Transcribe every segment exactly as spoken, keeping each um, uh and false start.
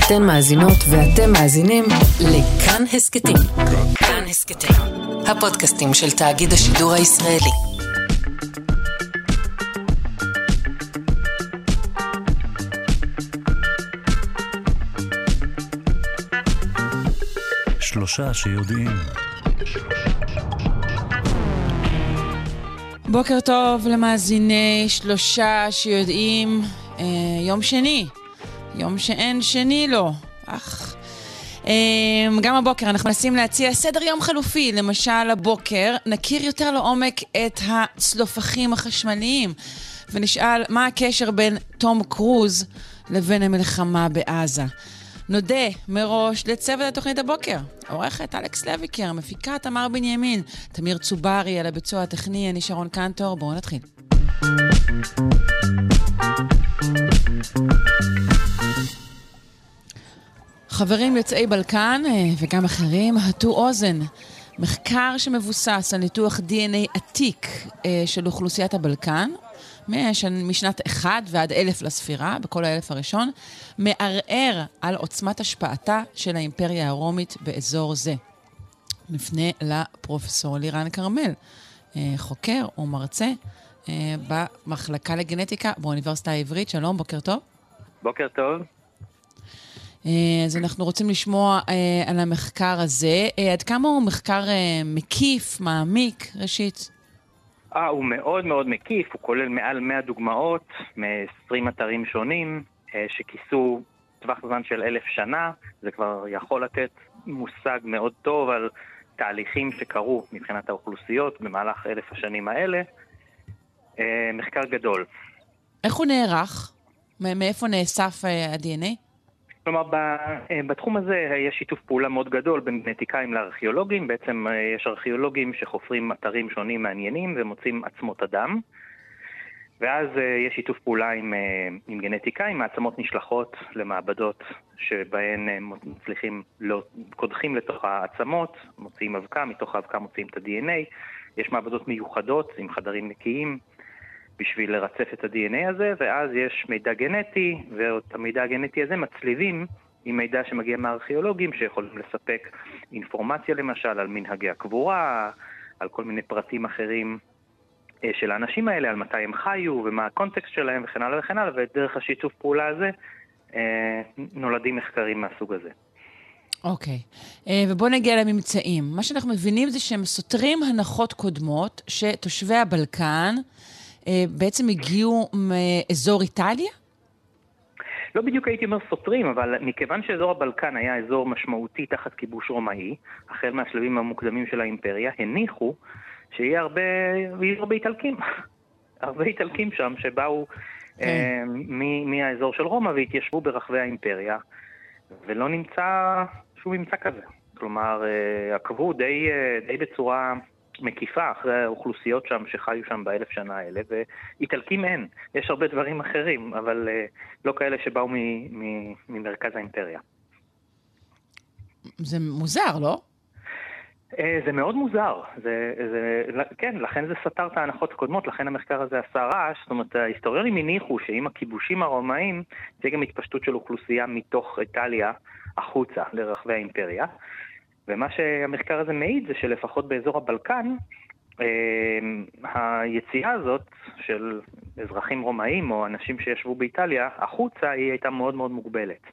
אתן מאזינות ואתם מאזינים לכאן הסקטים. כאן הסקטים, הפודקאסטים של תאגיד השידור הישראלי. שלושה שיודעים. בוקר טוב למאזיני שלושה שיודעים. אה, יום שני, יום שאין שני לו. אך. אה, גם הבוקר אנחנו מנסים להציע סדר יום חלופי. למשל הבוקר נכיר יותר לעומק את הצלופחים החשמליים ונשאל מה הקשר בין תום קרוז לבין המלחמה בעזה. נודה מראש לצוות התוכנית הבוקר. עורכת אלכס לויקר, מפיקה תמר בנימין, תמיר צוברי על הביצוע הטכני, אני שרון קנטור. בואו נתחיל. חברים יוצאי בלקן וגם אחרים, הטו אוזן. מחקר שמבוסס על ניתוח די אן איי עתיק של אוכלוסיית הבלקן, משנת אחד ועד אלף לספירה, בכל האלף הראשון, מערער על עוצמת השפעתה של האימפריה הרומית באזור זה. נפנה לפרופסור לירן קרמל, חוקר ומרצה במחלקה לגנטיקה באוניברסיטה העברית. שלום, בוקר טוב. בוקר טוב. אז אנחנו רוצים לשמוע על המחקר הזה. עד כמה הוא מחקר מקיף, מעמיק, ראשית? אה, הוא מאוד מאוד מקיף, הוא כולל מעל מאה דוגמאות מ-עשרים אתרים שונים שכיסו טווח זמן של אלף שנה. זה כבר יכול לתת מושג מאוד טוב על תהליכים שקרו מבחינת האוכלוסיות במהלך אלף השנים האלה. מחקר גדול. איך הוא נערך? מאיפה נאסף ה-די אן איי? כלומר, בתחום הזה יש שיתוף פעולה מאוד גדול בין גנטיקאים לארכיאולוגים. בעצם יש ארכיאולוגים שחופרים אתרים שונים מעניינים ומוצאים עצמות אדם. ואז יש שיתוף פעולה עם, עם גנטיקאים. העצמות נשלחות למעבדות שבהן מצליחים, לא, קודחים לתוך העצמות, מוציאים אבקה, מתוך האבקה מוציאים את ה-די אן איי. יש מעבדות מיוחדות עם חדרים נקיים בשביל לרצף את ה-די אן איי הזה, ואז יש מידע גנטי, ואת המידע הגנטי הזה מצליבים עם מידע שמגיע מהארכיאולוגים, שיכולים לספק אינפורמציה למשל על מנהגי הקבורה, על כל מיני פרטים אחרים של האנשים האלה, על מתי הם חיו ומה הקונטקסט שלהם וכן הלאה וכן הלאה, ודרך השיתוף פעולה הזה נולדים מחקרים מהסוג הזה. אוקיי, ובואו נגיע לממצאים. מה שאנחנו מבינים זה שהם סותרים הנחות קודמות, שתושבי הבלקן בעצם הגיעו מאזור איטליה? לא בדיוק הייתי אומר סותרים, אבל מכיוון שאזור הבלקן היה אזור משמעותי תחת כיבוש רומאי, החל מהשלבים המוקדמים של האימפריה, הניחו שיהיה הרבה, ויהיה הרבה איטלקים. הרבה איטלקים שם שבאו okay. אה, מ- מהאזור של רומא והתיישבו ברחבי האימפריה, ולא נמצא שום ממצא כזה. כלומר, אה, עקבו די, אה, די בצורה מקיפה אחרי האוכלוסיות שם שחיו שם באלף שנה האלה, ואיטלקים אין. יש הרבה דברים אחרים, אבל uh, לא כאלה שבאו מ- מ- ממרכז האימפריה. זה מוזר, לא? Uh, זה מאוד מוזר. זה, זה, כן, לכן זה סתר את ההנחות הקודמות, לכן המחקר הזה עשה רעש. זאת אומרת, ההיסטוריונים הניחו שעם הכיבושים הרומאים, זה גם התפשטות של אוכלוסייה מתוך איטליה החוצה לרחבי האימפריה. ומה שהמחקר הזה מעיד זה שלפחות באזור הבלקן, היציאה הזאת של אזרחים רומאים או אנשים שישבו באיטליה, החוצה היא הייתה מאוד מאוד מוגבלת.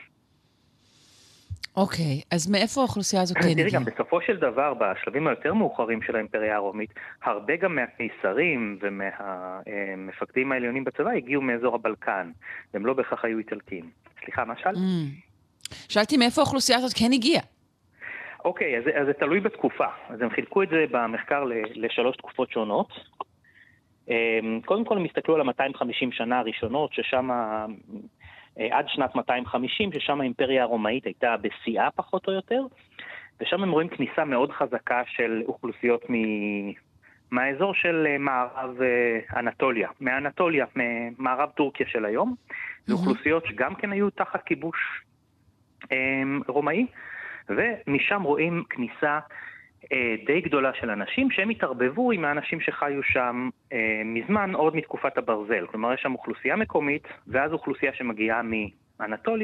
אוקיי, אז מאיפה האוכלוסייה הזאת הגיעה? תראי, גם בסופו של דבר, בשלבים היותר מאוחרים של האימפריה הרומית, הרבה גם מהקיסרים ומהמפקדים העליונים בצבא הגיעו מאזור הבלקן, והם לא בהכרח היו איטלקים. סליחה, מה שאלת? שאלתי מאיפה האוכלוסייה הזאת כן הגיעה. אוקיי, אז, אז זה תלוי בתקופה. אז הם חילקו את זה במחקר לשלוש תקופות שונות. קודם כל הם הסתכלו על ה-מאתיים וחמישים שנה הראשונות, ששם, עד שנת מאתיים וחמישים, ששם האימפריה הרומאית הייתה בשיאה פחות או יותר, ושם הם רואים כניסה מאוד חזקה של אוכלוסיות מ... מהאזור של מערב אנטוליה, מאנטוליה, ממערב טורקיה של היום. זה אוכלוסיות שגם כן היו תחת כיבוש רומאי, ומשם רואים כניסה אה, די גדולה של אנשים שהם התערבבו עם האנשים שחיו שם אה, מזמן, עוד מתקופת הברזל. כלומר, יש שם אוכלוסייה מקומית, ואז אוכלוסייה שמגיעה מאנטוליה,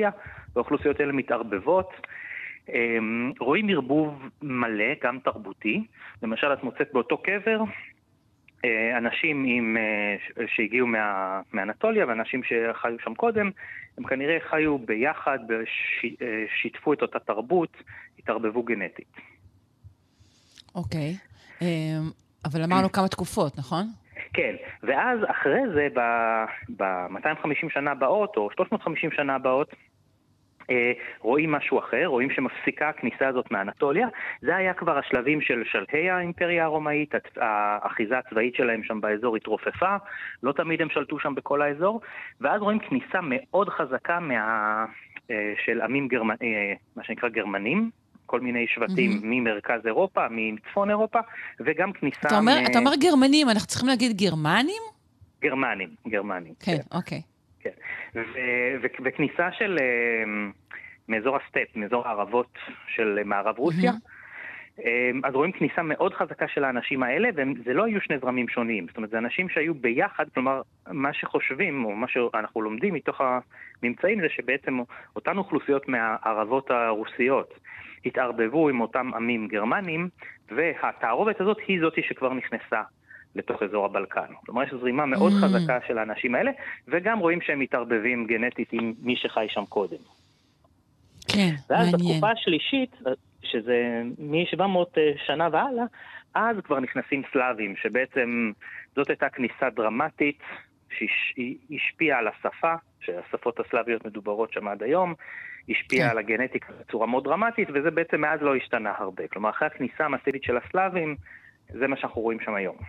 והאוכלוסיות האלה מתערבבות. רואים ערבוב מלא, גם תרבותי. למשל, את מוצאת באותו קבר אנשים עם, שהגיעו מה, מאנטוליה, ואנשים שחיו שם קודם, הם כנראה חיו ביחד, שיתפו את אותה תרבות, התערבבו גנטית. אוקיי, אבל אמרנו כמה תקופות, נכון? כן, ואז אחרי זה, ב-מאתיים וחמישים שנה הבאות, או שלוש מאות וחמישים שנה הבאות, רואים משהו אחר, רואים שמפסיקה הכניסה הזאת מאנטוליה. זה היה כבר השלבים של שלהי האימפריה הרומאית, האחיזה הצבאית שלהם שם באזור התרופפה, לא תמיד הם שלטו שם בכל האזור, ואז רואים כניסה מאוד חזקה מה, של עמים גרמנ... מה שנקרא גרמנים, כל מיני שבטים mm-hmm. ממרכז אירופה, מצפון אירופה, וגם כניסה... אתה אומר, מ... אתה אומר גרמנים, אנחנו צריכים להגיד גרמנים? גרמנים, גרמנים. כן, כן. אוקיי. כן. ו- ו- וכניסה של uh, מאזור הסטפ, מאזור הערבות של מערב רוסיה, mm-hmm. um, אז רואים כניסה מאוד חזקה של האנשים האלה, וזה לא היו שני זרמים שונים, זאת אומרת, זה אנשים שהיו ביחד, כלומר, מה שחושבים, או מה שאנחנו לומדים מתוך הממצאים, זה שבעצם אותן אוכלוסיות מהערבות הרוסיות התערבבו עם אותם עמים גרמנים, והתערובת הזאת היא זאת שכבר נכנסה לתוך אזור הבלקן. כלומר, יש זרימה מאוד mm. חזקה של האנשים האלה, וגם רואים שהם מתערבבים גנטית עם מי שחי שם קודם. כן, ואז מעניין. בתקופה השלישית, שזה מ-שבע מאות שנה והלאה, אז כבר נכנסים סלאבים, שבעצם זאת הייתה כניסה דרמטית, שהשפיעה על השפה, שהשפות הסלאביות מדוברות שם עד היום, השפיעה כן. על הגנטיקה בצורה מאוד דרמטית, וזה בעצם מאז לא השתנה הרבה. כלומר, אחרי הכניסה המסיבית של הסלאבים, זה מה שאנחנו רואים שם היום.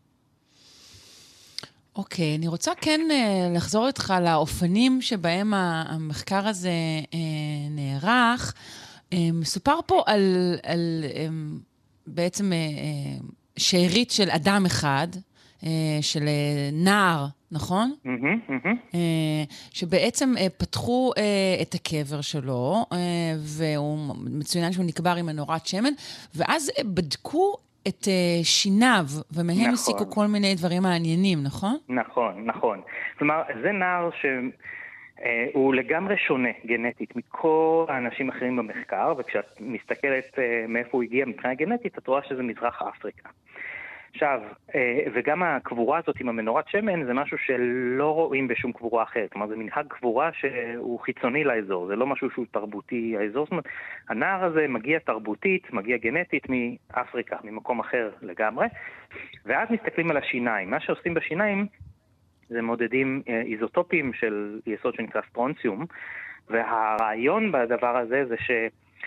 אוקיי, אני רוצה כן לחזור איתך לאופנים שבהם המחקר הזה נערך. מסופר פה על, על בעצם שארית של אדם אחד, של נער, נכון? Mm-hmm, mm-hmm. שבעצם פתחו את הקבר שלו, והוא מצוין שהוא נקבר עם מנורת שמן, ואז בדקו את שיניו, ומהם נכון. הסיקו כל מיני דברים מעניינים, נכון? נכון, נכון. כלומר, זה נער שהוא לגמרי שונה גנטית מכל האנשים האחרים במחקר, וכשאת מסתכלת מאיפה הוא הגיע מבחינה גנטית, את רואה שזה מזרח אפריקה. עכשיו, וגם הקבורה הזאת עם המנורת שמן זה משהו שלא רואים בשום קבורה אחרת. כלומר, זה מנהג קבורה שהוא חיצוני לאזור, זה לא משהו שהוא תרבותי האזור. זאת אומרת, הנער הזה מגיע תרבותית, מגיע גנטית מאפריקה, ממקום אחר לגמרי. ואז מסתכלים על השיניים. מה שעושים בשיניים זה מודדים איזוטופים של יסוד שנקרא סטרונציום, והרעיון בדבר הזה זה ש...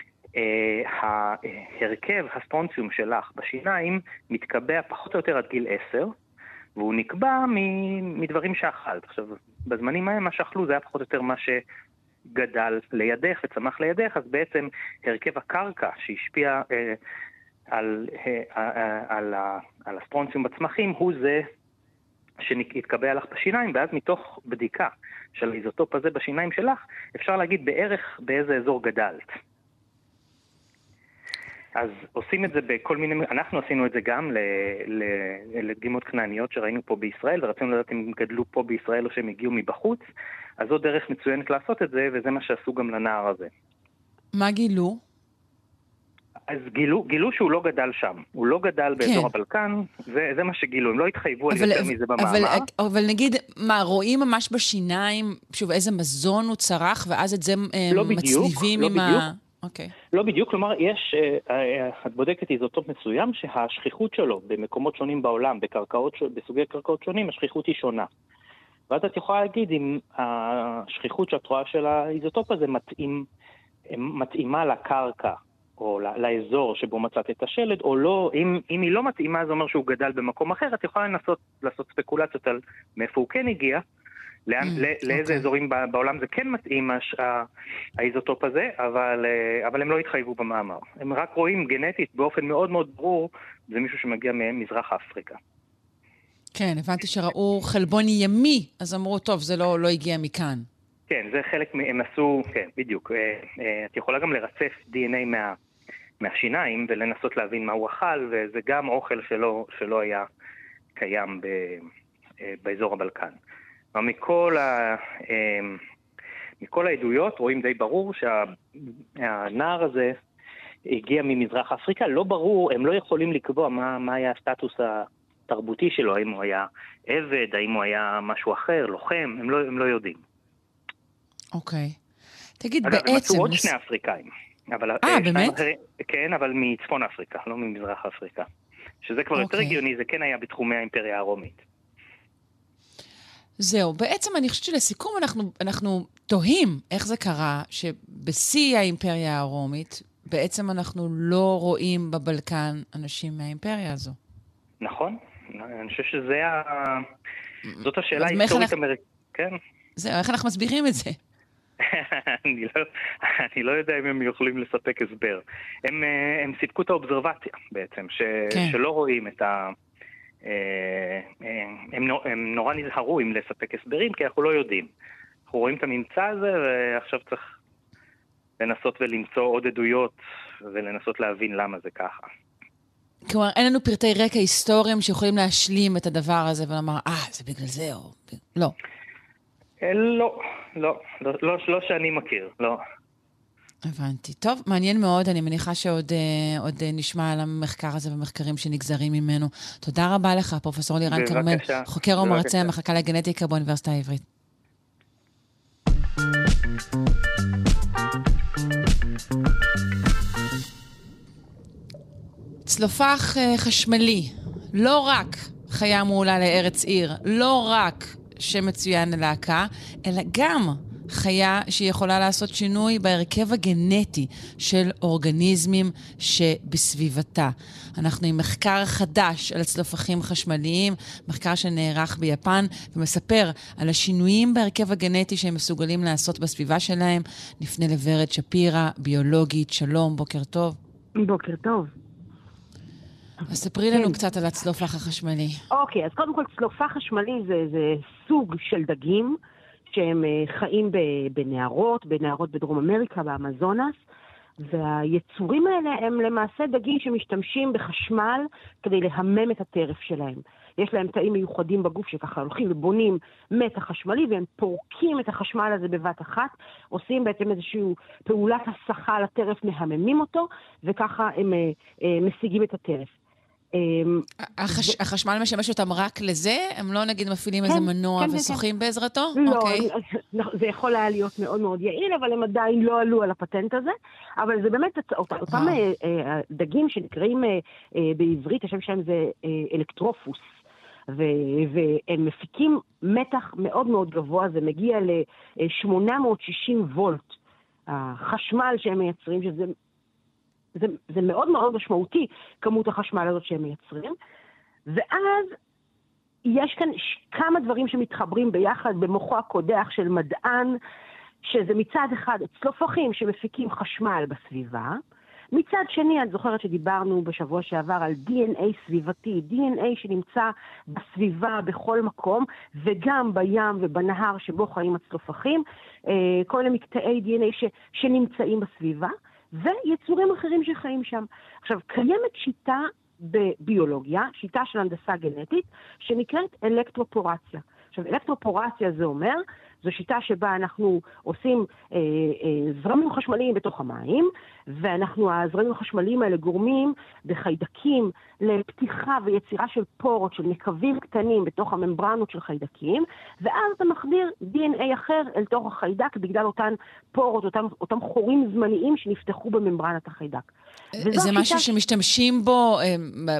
ההרכב הסטרונציום שלך בשיניים מתקבע פחות או יותר עד גיל עשר, והוא נקבע מדברים שאכלת. עכשיו, בזמנים ההם מה שאכלו זה היה פחות או יותר מה שגדל לידך וצמח לידך, אז בעצם הרכב הקרקע שהשפיע אה, על, אה, על, על הסטרונציום בצמחים הוא זה שהתקבע לך בשיניים, ואז מתוך בדיקה של האיזוטופ הזה בשיניים שלך אפשר להגיד בערך באיזה אזור גדלת. אז עושים את זה בכל מיני, אנחנו עשינו את זה גם לדגימות כנעניות שראינו פה בישראל, ורצינו לדעת אם גדלו פה בישראל או שהם הגיעו מבחוץ, אז זו דרך מצוינת לעשות את זה, וזה מה שעשו גם לנער הזה. מה גילו? אז גילו, גילו שהוא לא גדל שם, הוא לא גדל באזור כן. הבלקן, זה, זה מה שגילו, הם לא התחייבו על יותר מזה במאמר. אבל, אבל נגיד, מה, רואים ממש בשיניים, שוב, איזה מזון הוא צרח, ואז את זה לא מצליבים בדיוק, עם לא בדיוק. ה... Okay. לא בדיוק, כלומר, יש, את בודקת איזוטופ מסוים שהשכיחות שלו במקומות שונים בעולם, בקרקעות, בסוגי קרקעות שונים, השכיחות היא שונה. ואז את יכולה להגיד אם השכיחות שאת רואה של האיזוטופ הזה מתאים, מתאימה לקרקע, או לאזור שבו מצאת את השלד, או לא, אם, אם היא לא מתאימה, זה אומר שהוא גדל במקום אחר, את יכולה לנסות לעשות ספקולציות על מאיפה הוא כן הגיע, לאן, mm, לאיזה okay. אזורים בעולם זה כן מתאים האיזוטופ הזה, אבל, אבל הם לא התחייבו במאמר. הם רק רואים גנטית באופן מאוד מאוד ברור, זה מישהו שמגיע ממזרח אפריקה. כן, הבנתי שראו חלבון ימי, אז אמרו, טוב, זה לא, לא הגיע מכאן. כן, זה חלק, הם עשו, כן, בדיוק. את יכולה גם לרצף די אן איי מה, מהשיניים, ולנסות להבין מה הוא אכל, וזה גם אוכל שלא, שלא היה קיים ב, באזור הבלקן. מכל, ה, מכל העדויות רואים די ברור שהנער הזה הגיע ממזרח אפריקה, לא ברור, הם לא יכולים לקבוע מה, מה היה הסטטוס התרבותי שלו, האם הוא היה עבד, האם הוא היה משהו אחר, לוחם, הם לא, הם לא יודעים. אוקיי. תגיד, אגב, בעצם... הם מצאו עוד שני אפריקאים. אה, באמת? אחרי, כן, אבל מצפון אפריקה, לא ממזרח אפריקה. שזה כבר יותר הגיוני, זה כן היה בתחומי האימפריה הרומית. זהו, בעצם אני חושבת שלסיכום אנחנו, אנחנו תוהים איך זה קרה שבשיא האימפריה הרומית בעצם אנחנו לא רואים בבלקן אנשים מהאימפריה הזו. נכון, אני חושב שזה ה... זאת השאלה ההיסטורית אמריקאית, כן? זהו, איך אנחנו מסבירים את זה? אני, לא, אני לא יודע אם הם יכולים לספק הסבר. הם, הם סיפקו את האובזרבציה בעצם, ש, כן. שלא רואים את ה... הם, הם נורא נזהרו אם לספק הסברים, כי אנחנו לא יודעים. אנחנו רואים את הממצא הזה, ועכשיו צריך לנסות ולמצוא עוד עדויות, ולנסות להבין למה זה ככה. כלומר, אין לנו פרטי רקע היסטוריים שיכולים להשלים את הדבר הזה, ולומר, אה, זה בגלל זה, או... לא. לא, לא, לא, לא, לא שאני מכיר, לא. הבנתי. טוב, מעניין מאוד, אני מניחה שעוד עוד נשמע על המחקר הזה ומחקרים שנגזרים ממנו. תודה רבה לך, פרופסור לירן כרמל, חוקר ומרצה המחלקה לגנטיקה באוניברסיטה העברית. צלופח חשמלי, לא רק חיה מעולה לארץ עיר, לא רק שמצוין ללהקה, אלא גם חיה שיכולה לעשות שינוי בהרכב הגנטי של אורגניזמים שבסביבתה. אנחנו עם מחקר חדש על צלופחים חשמליים, מחקר שנערך ביפן, ומספר על השינויים בהרכב הגנטי שהם מסוגלים לעשות בסביבה שלהם. נפנה לוורד שפירא, ביולוגית. שלום, בוקר טוב. בוקר טוב. אז ספרי לנו כן. קצת על הצלופח החשמלי. אוקיי, אז קודם כל צלופח חשמלי זה, זה סוג של דגים, שהם חיים בנהרות, בנהרות בדרום אמריקה, באמזונס, והיצורים האלה הם למעשה דגים שמשתמשים בחשמל כדי להמם את הטרף שלהם. יש להם תאים מיוחדים בגוף שככה הולכים ובונים מתח חשמלי, והם פורקים את החשמל הזה בבת אחת, עושים בעצם איזושהי פעולת הסחה לטרף, מהממים אותו, וככה הם אה, אה, משיגים את הטרף. החש... החשמל משמש אותם רק לזה? הם לא נגיד מפעילים כן, איזה מנוע כן, ושוחים כן. בעזרתו? לא, okay. זה יכול היה להיות מאוד מאוד יעיל, אבל הם עדיין לא עלו על הפטנט הזה. אבל זה באמת אותם wow. דגים שנקראים בעברית, השם שלהם זה אלקטרופוס. ו- והם מפיקים מתח מאוד מאוד גבוה, זה מגיע ל-שמונה מאות ושישים וולט. החשמל שהם מייצרים, שזה... זה, זה מאוד מאוד משמעותי, כמות החשמל הזאת שהם מייצרים. ואז יש כאן כמה דברים שמתחברים ביחד במוחו הקודח של מדען, שזה מצד אחד צלופחים שמפיקים חשמל בסביבה, מצד שני, את זוכרת שדיברנו בשבוע שעבר על די אן איי סביבתי, די אן איי שנמצא בסביבה בכל מקום, וגם בים ובנהר שבו חיים הצלופחים, כל מיני מקטעי די אן איי ש, שנמצאים בסביבה, ויצורים אחרים שחיים שם. עכשיו, קיימת שיטה בביולוגיה, שיטה של הנדסה גנטית, שנקראת אלקטרופורציה. עכשיו, אלקטרופורציה זה אומר, זו שיטה שבה אנחנו עושים אה, אה, זרמים חשמליים בתוך המים, ואנחנו, הזרמים החשמליים האלה גורמים בחיידקים לפתיחה ויצירה של פורות, של נקבים קטנים בתוך הממברנות של חיידקים, ואז אתה מחדיר די אן איי אחר אל תוך החיידק, בגלל אותן פורות, אותם, אותם חורים זמניים שנפתחו בממברנת החיידק. זה משהו ש... שמשתמשים בו אה,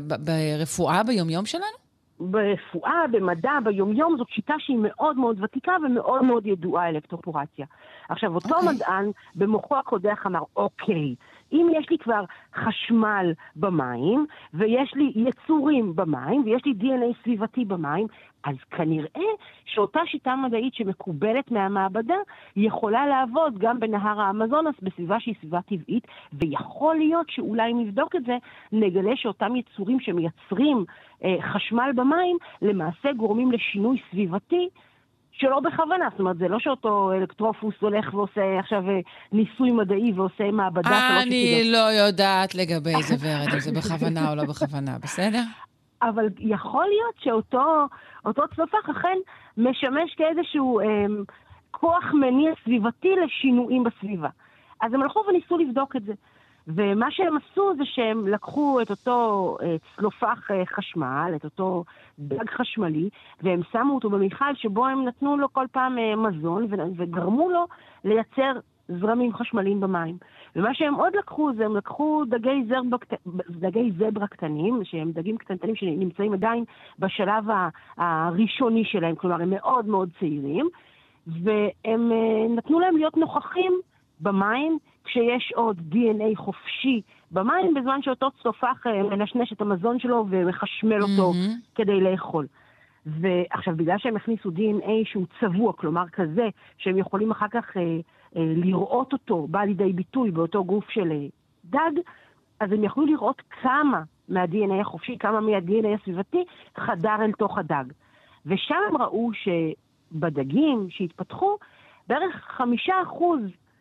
ברפואה ביומיום שלנו? ברפואה, במדע, ביומיום, זאת שיטה שהיא מאוד מאוד ותיקה ומאוד מאוד ידועה, אלקטרופורציה. עכשיו, אותו okay. מדען במוחו הקודח אמר, אוקיי, אם יש לי כבר חשמל במים, ויש לי יצורים במים, ויש לי די אן איי סביבתי במים, אז כנראה שאותה שיטה מדעית שמקובלת מהמעבדה, יכולה לעבוד גם בנהר האמזונס, בסביבה שהיא סביבה טבעית, ויכול להיות שאולי אם נבדוק את זה, נגלה שאותם יצורים שמייצרים אה, חשמל במים, למעשה גורמים לשינוי סביבתי, שלא בכוונה, זאת אומרת, זה לא שאותו אלקטרופוס הולך ועושה עכשיו ניסוי מדעי ועושה מעבדה. אני לא יודעת לגבי זה ורד, אם זה בכוונה או לא בכוונה, בסדר? אבל יכול להיות שאותו אותו צלופח אכן משמש כאיזשהו, כוח מניע סביבתי לשינויים בסביבה. אז הם הלכו וניסו לבדוק את זה. ומה שהם עשו זה שהם לקחו את אותו צלופח חשמל, את אותו דג חשמלי, והם שמו אותו במיכל שבו הם נתנו לו כל פעם מזון, וגרמו לו לייצר זרמים חשמליים במים. ומה שהם עוד לקחו זה הם לקחו דגי זברה, דגי זברה קטנים, שהם דגים קטנטנים שנמצאים עדיין בשלב הראשוני שלהם, כלומר הם מאוד מאוד צעירים, והם נתנו להם להיות נוכחים במים, כשיש עוד די אן איי חופשי במים, בזמן שאותו צלופח מנשנש את המזון שלו ומחשמל אותו mm-hmm. כדי לאכול. ועכשיו, בגלל שהם הכניסו די אן איי שהוא צבוע, כלומר כזה, שהם יכולים אחר כך אה, אה, לראות אותו, בא לידי ביטוי באותו גוף של אה, דג, אז הם יכלו לראות כמה מה-די אן איי החופשי, כמה מה-די אן איי הסביבתי, חדר אל תוך הדג. ושם הם ראו שבדגים שהתפתחו, בערך חמישה אחוז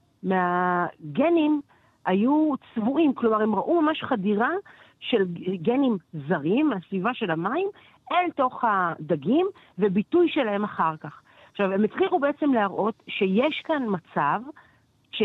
מהגנים היו צבועים, כלומר הם ראו ממש חדירה של גנים זרים מהסביבה של המים אל תוך הדגים וביטוי שלהם אחר כך. עכשיו, הם הצליחו בעצם להראות שיש כאן מצב, ש...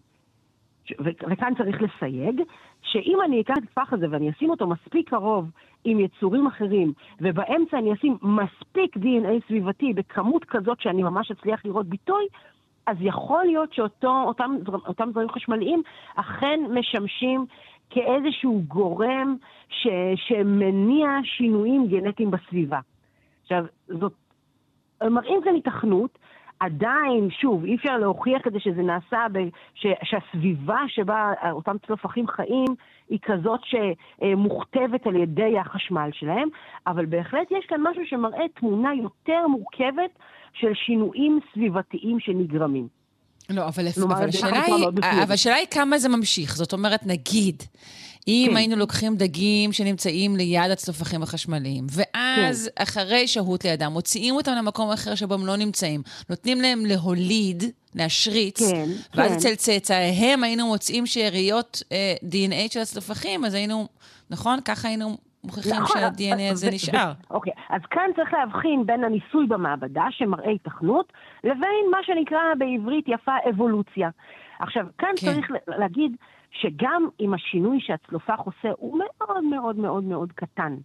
ו... וכאן צריך לסייג, שאם אני אקח את הפח הזה ואני אשים אותו מספיק קרוב עם יצורים אחרים, ובאמצע אני אשים מספיק די אן איי סביבתי בכמות כזאת שאני ממש אצליח לראות ביטוי, אז יכול להיות שאותם אותם זרעים חשמליים אכן משמשים כאיזשהו גורם ש, שמניע שינויים גנטיים בסביבה. עכשיו, זאת, מראים כאן התכנות, עדיין, שוב, אי אפשר להוכיח כדי שזה נעשה, ב, ש, שהסביבה שבה אותם צלופחים חיים היא כזאת שמוכתבת על ידי החשמל שלהם, אבל בהחלט יש כאן משהו שמראה תמונה יותר מורכבת של שינויים סביבתיים שנגרמים. לא, אבל, אבל, השאלה היא, אבל השאלה היא כמה זה ממשיך. זאת אומרת, נגיד, אם כן. היינו לוקחים דגים שנמצאים ליד הצלופחים החשמליים, ואז כן. אחרי שהות לידם, מוציאים אותם למקום אחר שבו הם לא נמצאים, נותנים להם להוליד, להשריץ, כן, ואז כן. אצל צאצאיהם היינו מוצאים שאריות אה, די אן איי של הצלופחים, אז היינו, נכון? ככה היינו מוכיחים נכון, שה-די אן איי הזה ו- נשאר. ו- אוקיי, אז כאן צריך להבחין בין הניסוי במעבדה, שמראה התכנות, לבין מה שנקרא בעברית יפה אבולוציה. עכשיו, כאן כן. צריך להגיד שגם אם השינוי שהצלופח עושה הוא מאוד מאוד מאוד מאוד קטן,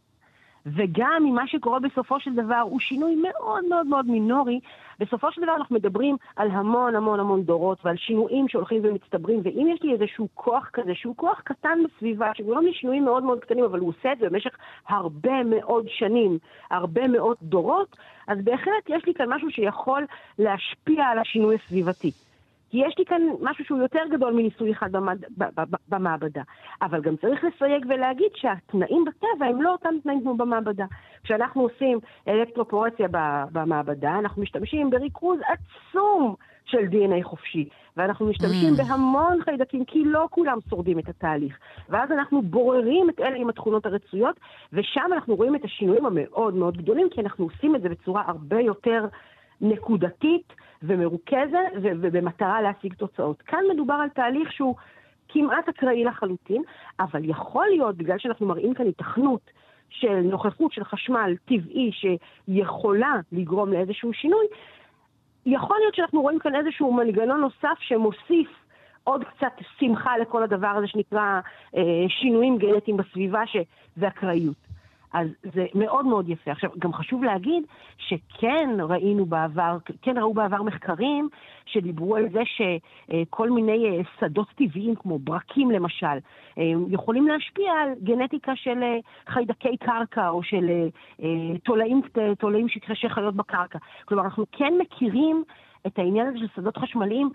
וגם אם מה שקורה בסופו של דבר הוא שינוי מאוד מאוד מאוד מינורי, בסופו של דבר אנחנו מדברים על המון המון המון דורות ועל שינויים שהולכים ומצטברים, ואם יש לי איזשהו כוח כזה, שהוא כוח קטן בסביבה, שגורם לי שינויים מאוד מאוד קטנים, אבל הוא עושה את זה במשך הרבה מאוד שנים, הרבה מאוד דורות, אז בהחלט יש לי כאן משהו שיכול להשפיע על השינוי הסביבתי. כי יש לי כאן משהו שהוא יותר גדול מניסוי אחד במד... במעבדה. אבל גם צריך לסייג ולהגיד שהתנאים בטבע הם לא אותם תנאים כמו במעבדה. כשאנחנו עושים אלקטרופורציה במעבדה, אנחנו משתמשים בריכוז עצום של די אן איי חופשי. ואנחנו משתמשים mm. בהמון חיידקים, כי לא כולם שורדים את התהליך. ואז אנחנו בוררים את אלה עם התכונות הרצויות, ושם אנחנו רואים את השינויים המאוד מאוד גדולים, כי אנחנו עושים את זה בצורה הרבה יותר נקודתית, ומרוכזת, ובמטרה להשיג תוצאות. כאן מדובר על תהליך שהוא כמעט אקראי לחלוטין, אבל יכול להיות, בגלל שאנחנו מראים כאן התכנות של נוכחות של חשמל טבעי שיכולה לגרום לאיזשהו שינוי, יכול להיות שאנחנו רואים כאן איזשהו מנגנון נוסף שמוסיף עוד קצת שמחה לכל הדבר הזה שנקרא אה, שינויים גנטיים בסביבה ש... ואקראיות. אז זה מאוד מאוד יפה. עכשיו, גם חשוב להגיד שכן ראינו בעבר, כן ראו בעבר מחקרים שדיברו על זה שכל מיני שדות טבעיים, כמו ברקים למשל, יכולים להשפיע על גנטיקה של חיידקי קרקע או של תולעים, תולעים שקרשי חיות בקרקע. כלומר, אנחנו כן מכירים את העניין הזה של שדות חשמליים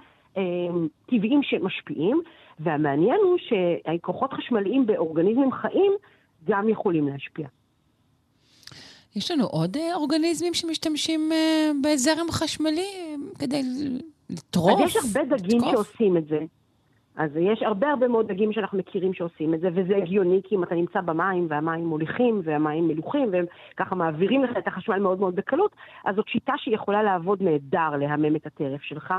טבעיים שמשפיעים, והמעניין הוא שהכוחות חשמליים באורגניזמים חיים גם יכולים להשפיע. יש לנו עוד אורגניזמים שמשתמשים בזרם חשמלי כדי לטרוף? אז יש הרבה דגים שעושים את זה. אז יש הרבה הרבה מאוד דגים שאנחנו מכירים שעושים את זה, וזה הגיוני, כי אם אתה נמצא במים, והמים מוליכים, והמים מלוכים, והם ככה מעבירים לך את החשמל מאוד מאוד בקלות, אז זאת שיטה שיכולה לעבוד נהדר להמם את הטרף שלך.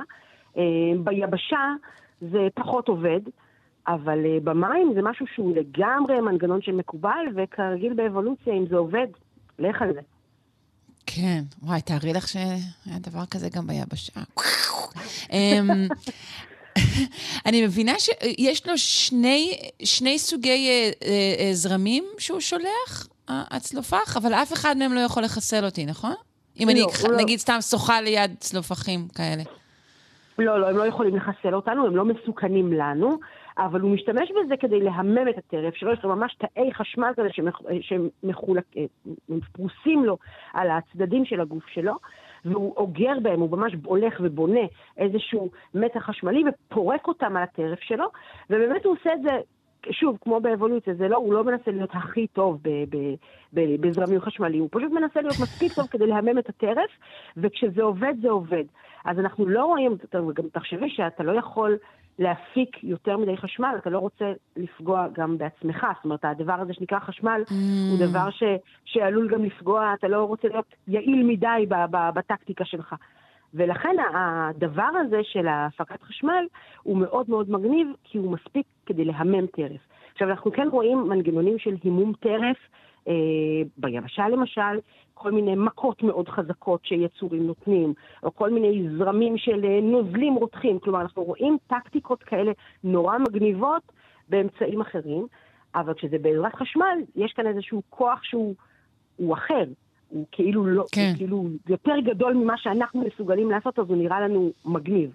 ביבשה זה פחות עובד, אבל במים זה משהו שהוא לגמרי מנגנון שמקובל, וכרגיל באבולוציה, אם זה עובד, לך על זה. כן, וואי, תארי לך שהיה דבר כזה גם ביבשה. אני מבינה שיש לו שני, שני סוגי זרמים שהוא שולח, הצלופח, אבל אף אחד מהם לא יכול לחסל אותי, נכון? אם אני, נגיד, סתם שוחה ליד צלופחים כאלה. לא, לא, הם לא יכולים לחסל אותנו, הם לא מסוכנים לנו, אבל הוא משתמש בזה כדי להמם את הטרף, שלא יש לו ממש תאי חשמל כזה שמפרוסים לו על הצדדים של הגוף שלו, והוא אוגר בהם, הוא ממש הולך ובונה איזשהו מתח חשמלי ופורק אותם על הטרף שלו, ובאמת הוא עושה את זה, שוב, כמו באבולוציה, זה לא, הוא לא מנסה להיות הכי טוב ב, ב, ב, בזרמים חשמליים, הוא פשוט מנסה להיות מספיק טוב כדי להמם את הטרף, וכשזה עובד, זה עובד. אז אנחנו לא רואים, גם תחשבי שאתה לא יכול להפיק יותר מדי חשמל, אתה לא רוצה לפגוע גם בעצמך, זאת אומרת, הדבר הזה שנקרא חשמל, mm. הוא דבר ש, שעלול גם לפגוע, אתה לא רוצה להיות יעיל מדי ב, ב, בטקטיקה שלך. ולכן הדבר הזה של ההפקת חשמל הוא מאוד מאוד מגניב, כי הוא מספיק כדי להמם טרף. עכשיו, אנחנו כן רואים מנגנונים של הימום טרף, אה, ביבשה למשל, כל מיני מכות מאוד חזקות שיצורים נותנים, או כל מיני זרמים של נוזלים רותחים. כלומר, אנחנו רואים טקטיקות כאלה נורא מגניבות באמצעים אחרים, אבל כשזה בעזרת חשמל, יש כאן איזשהו כוח שהוא הוא אחר. הוא כאילו לא, כן. הוא כאילו יותר גדול ממה שאנחנו מסוגלים לעשות, אז הוא נראה לנו מגניב.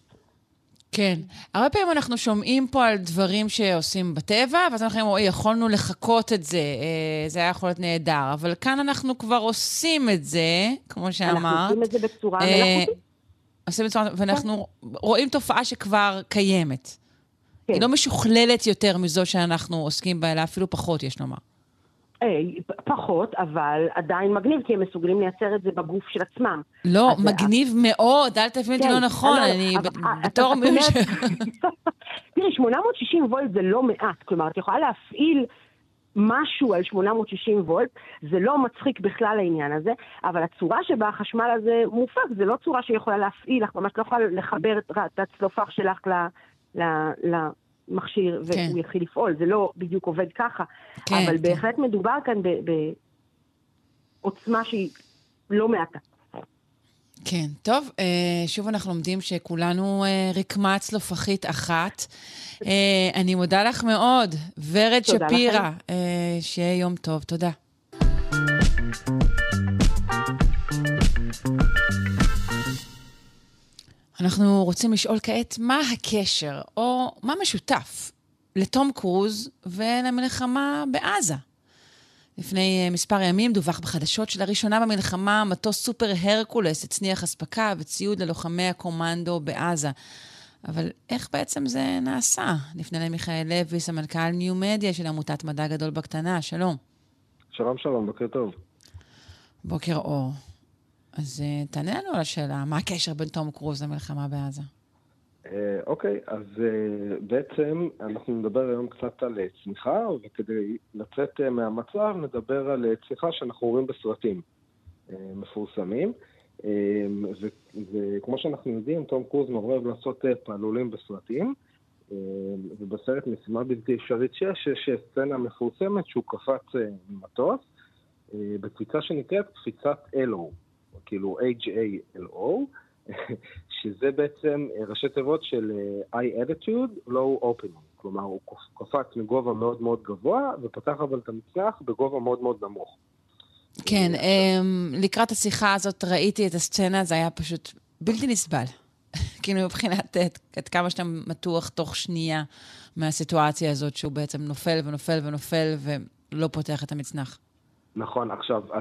כן. הרבה פעמים אנחנו שומעים פה על דברים שעושים בטבע, ואז אנחנו אומרים, יכולנו לחכות את זה, זה היה יכול להיות נהדר, אבל כאן אנחנו כבר עושים את זה, כמו שאמרת. אנחנו עושים את זה בצורה מלאכותית. עושים בצורה, ואנחנו רואים תופעה שכבר קיימת. כן. היא לא משוכללת יותר מזו שאנחנו עוסקים בה, אלא אפילו פחות, יש לומר. פחות, אבל עדיין מגניב, כי הם מסוגלים לייצר את זה בגוף של עצמם. לא, מגניב מאוד, אל תבין אותי לא נכון, אני בתור... תראי, שמונה מאות ושישים וולט זה לא מעט, כלומר, את יכולה להפעיל משהו על שמונה מאות ושישים וולט, זה לא מצחיק בכלל העניין הזה, אבל הצורה שבה החשמל הזה מופק, זה לא צורה שיכולה להפעיל, לך ממש לא יכולה לחבר את הצלופח שלך ל... מכשיר, כן. והוא יתחיל לפעול. זה לא בדיוק עובד ככה. כן, אבל כן. בהחלט מדובר כאן בעוצמה שהיא לא מעטה. כן, טוב. שוב אנחנו לומדים שכולנו רקמה צלופחית אחת. אני מודה לך מאוד. ורד שפירה. שיהיה יום טוב. תודה. אנחנו רוצים לשאול כעת מה הקשר, או מה משותף, לתום קרוז ולמלחמה בעזה. לפני מספר ימים דווח בחדשות שלראשונה במלחמה מטוס סופר הרקולס הצניח אספקה וציוד ללוחמי הקומנדו בעזה. אבל איך בעצם זה נעשה? נפנה למיכאל לוי, סמנכ"ל ניו מדיה של עמותת מדע גדול בקטנה. שלום. שלום, שלום, בוקר טוב. בוקר אור. אז uh, תענה לנו על השאלה, מה הקשר בין תום קרוז למלחמה בעזה? אוקיי, uh, okay, אז uh, בעצם אנחנו נדבר היום קצת על צמיחה, וכדי לצאת uh, מהמצב נדבר על uh, צמיחה שאנחנו רואים בסרטים uh, מפורסמים, uh, ו- וכמו שאנחנו יודעים, תום קרוז מעורב לעשות uh, פעלולים בסרטים, uh, ובסרט משימה בלתי אפשרית שש, יש סצנה מפורסמת שהוא קפץ uh, ממטוס, uh, בקפיצה שנקראת קפיצת אל או. כאילו H A L O, שזה בעצם ראשי תיבות של high attitude, low opening. כלומר, הוא קפץ מגובה מאוד מאוד גבוה, ופתח אבל את המצנח בגובה מאוד מאוד נמוך. כן, לקראת השיחה הזאת ראיתי את הסצנה, זה היה פשוט בלתי נסבל. כאילו מבחינת את כמה שאתה מתוח תוך שנייה מהסיטואציה הזאת, שהוא בעצם נופל ונופל ונופל ולא פותח את המצנח. נכון, עכשיו, אז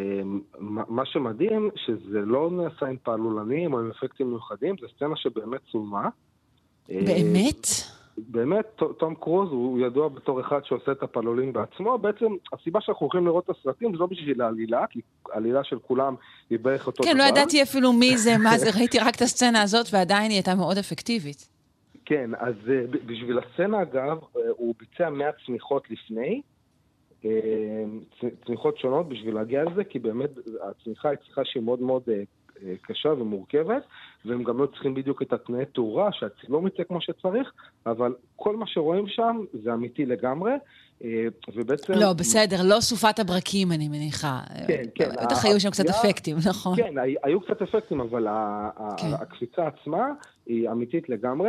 מה שמדהים, שזה לא נעשה עם פעלולנים או עם אפקטים מיוחדים, זה סצנה שבאמת צולמה. באמת? באמת, תום קרוז הוא ידוע בתור אחד שעושה את הפעלולים בעצמו, בעצם הסיבה שאנחנו הולכים לראות את הסרטים זה לא בשביל העלילה, כי העלילה של כולם היא בערך אותו דבר. כן, לא ידעתי אפילו מי זה, מה זה, ראיתי רק את הסצנה הזאת ועדיין היא הייתה מאוד אפקטיבית. כן, אז בשביל הסצנה אגב, הוא ביצע מאה צמיחות לפני, צמיחות שונות בשביל להגיע על זה, כי באמת הצמיחה היא צריכה שהיא מאוד מאוד קשה ומורכבת, והם גם לא צריכים בדיוק את התנאי תאורה, שהצילום יצא כמו שצריך, אבל כל מה שרואים שם זה אמיתי לגמרי, ובעצם... לא, בסדר, לא סופת הברקים, אני מניחה. כן, כן. בטח היו שם קצת אפקטים, נכון? כן, היו קצת אפקטים, אבל הקפיצה עצמה היא אמיתית לגמרי,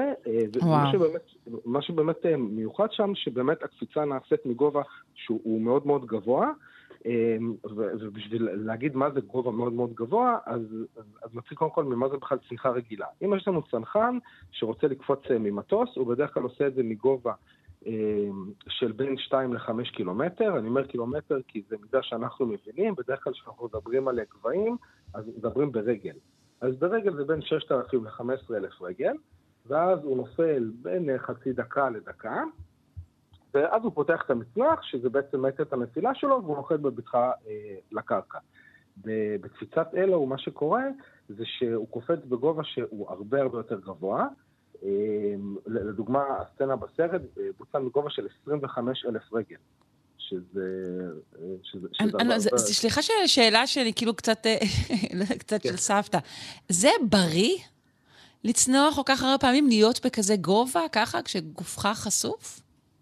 ומה שבאמת מיוחד שם, שבאמת הקפיצה נעשית מגובה שהוא מאוד מאוד גבוה, ובשביל להגיד מה זה גובה מאוד מאוד גבוה, אז, אז נתחיל קודם כל ממה זה בכלל צניחה רגילה. אם יש לנו צנחן שרוצה לקפוץ ממטוס, הוא בדרך כלל עושה את זה מגובה של בין שתיים לחמש קילומטר. אני אומר קילומטר כי זה מידה שאנחנו מבינים, בדרך כלל שאנחנו מדברים על גבהים, אז מדברים ברגל. אז ברגל זה בין ששת אלפים ל-חמישה עשר אלף רגל, ואז הוא נופל בין חצי דקה לדקה, ואז הוא פותח את המצנח, שזה בעצם מעט את הנפילה שלו, והוא נוחת בבטחה אה, לקרקע. בקפיצת אלו, מה שקורה, זה שהוא קופץ בגובה שהוא הרבה הרבה יותר גבוה. אה, לדוגמה, הסצנה בסרט בוצעה מגובה של עשרים וחמישה אלף רגל. שזה... שזה, שזה אני, הרבה... זה, זה, סליחה שהשאלה שלי, כאילו קצת, קצת כן. של סבתא. זה בריא? לצנוח או כך הרבה פעמים להיות בכזה גובה, ככה, כשגופך חשוף?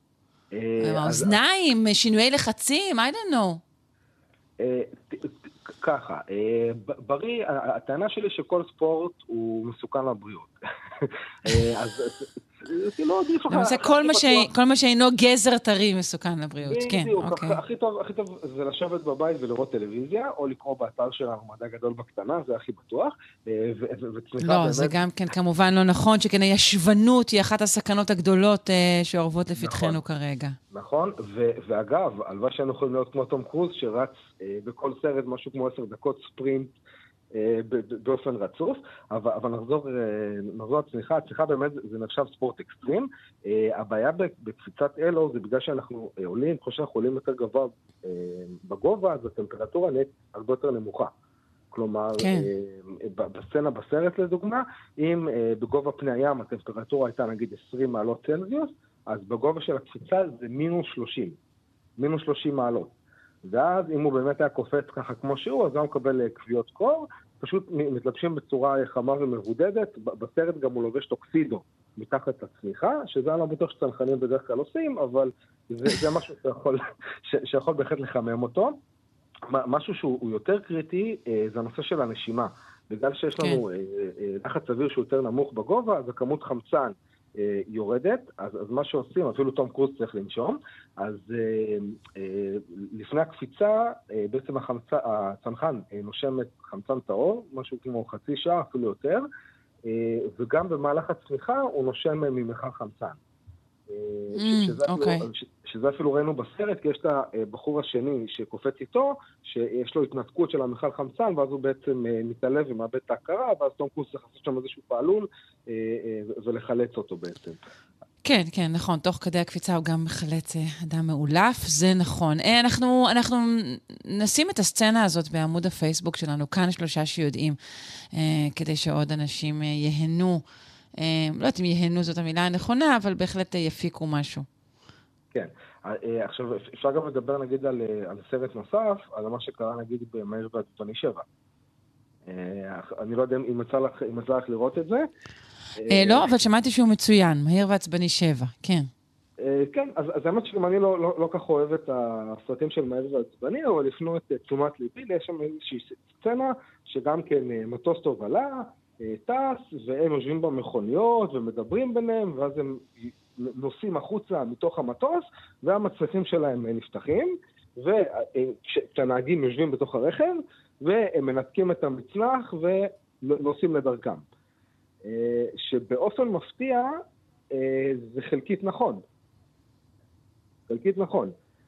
האוזניים, שינויי לחצים, I don't know. ככה, בריא, הטענה שלי שכל ספורט הוא מסוכן לבריאות. אז לא עדיף לך... כל מה שאינו גזר טרי מסוכן לבריאות, כן. הכי טוב זה לשבת בבית ולראות טלוויזיה, או לקרוא באתר שלנו מדע גדול בקטנה, זה הכי בטוח. לא, זה גם כן כמובן לא נכון, שכן הישבנות היא אחת הסכנות הגדולות שאורבות לפתחנו כרגע. נכון, ואגב, הלוואי שאנו יכולים להיות כמו תום קרוז, שרץ בכל סרט משהו כמו עשר דקות ספרינט, באופן רצוף, אבל, אבל נחזור, נחזור הצניחה, הצניחה באמת זה נחשב ספורט אקסטרים. הבעיה בקפיצת אלו זה בגלל שאנחנו עולים, כמו שאנחנו עולים יותר גבוה בגובה, אז הטמפרטורה נהיית הרבה יותר נמוכה. כלומר, כן. בסצנה בסרט לדוגמה, אם בגובה פני הים הטמפרטורה הייתה נגיד עשרים מעלות צלזיוס, אז בגובה של הקפיצה זה מינוס שלושים, מינוס שלושים מעלות. ואז אם הוא באמת היה קופץ ככה כמו שהוא, אז הוא מקבל קביעות קור, פשוט מתלבשים בצורה חמה ומבודדת. בסרט גם הוא לובש טוקסידו מתחת לצניחה, שזה אני לא בטוח שצנחנים בדרך כלל עושים, אבל זה, זה משהו שיכול, ש, שיכול בהחלט לחמם אותו. משהו שהוא יותר קריטי, זה הנושא של הנשימה. בגלל שיש לנו לחץ אוויר שהוא יותר נמוך בגובה, אז הכמות חמצן יורדת, אז, אז מה שעושים, אפילו תום קרוז צריך לנשום, אז אה, אה, לפני הקפיצה, אה, בעצם החמצה, הצנחן אה, נושם את חמצן טהור, משהו כמו חצי שעה, אפילו יותר, אה, וגם במהלך הצניחה הוא נושם ממכל חמצן. אה, mm, שזה, okay. אפילו, שזה אפילו ראינו בסרט, כי יש את הבחור השני שקופץ איתו, שיש לו התנתקות של המכל חמצן, ואז הוא בעצם אה, מתעלב ומאבד את ההכרה, ואז תום קרוז צריך לעשות שם איזשהו פעלול, ולחלץ אותו בעצם. כן, כן, נכון. תוך כדי הקפיצה הוא גם מחלץ אדם מאולף, זה נכון. אנחנו, אנחנו נשים את הסצנה הזאת בעמוד הפייסבוק שלנו, כאן שלושה שיודעים, כדי שעוד אנשים יהנו, לא יודעת אם יהנו זאת המילה הנכונה, אבל בהחלט יפיקו משהו. כן. עכשיו, אפשר גם לדבר נגיד על, על סרט נוסף, על מה שקרה נגיד במהיר ועצבני שבע. אני לא יודע אם יצא לך לראות את זה. לא, אבל שמעתי שהוא מצוין, מהיר ועצבני שבע, כן. כן, אז האמת שגם אני לא כך אוהב את הסרטים של מהיר ועצבני, אבל לפנו את תשומת ליבי, יש שם איזושהי סצנה שגם כן מטוס תובלה, טס, והם יושבים במכוניות ומדברים ביניהם, ואז הם נוסעים החוצה מתוך המטוס, והמצלחים שלהם נפתחים, וכשהנהגים יושבים בתוך הרכב, והם מנתקים את המצנח ונוסעים לדרכם. שבאופן מפתיע זה חלקית נכון. חלקית נכון.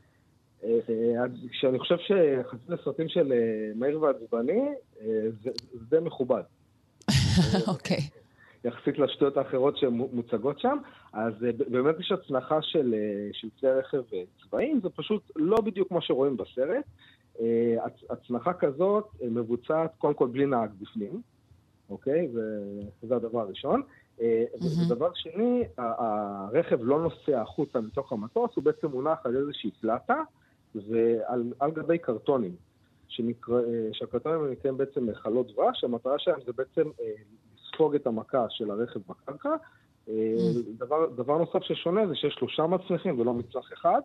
כשאני חושב שחצי לסרטים של מהיר ועצבני, זה די מכובד. אוקיי. יחסית לשטויות האחרות שמוצגות שם, אז באמת יש הצנחה של כלי רכב צבאיים, זה פשוט לא בדיוק מה שרואים בסרט. הצנחה כזאת מבוצעת קודם כל בלי נהג בפנים, אוקיי? וזה הדבר הראשון. ודבר שני, הרכב לא נוסע החוצה מתוך המטוס, הוא בעצם מונח על איזושהי פלטה, ועל גבי קרטונים, שהקריטריונים נקראים בעצם חלות דבש, המטרה שלהם זה בעצם לספוג את המכה של הרכב בקרקע. דבר, דבר נוסף ששונה זה שיש שלושה מצנחים ולא מצנח אחד.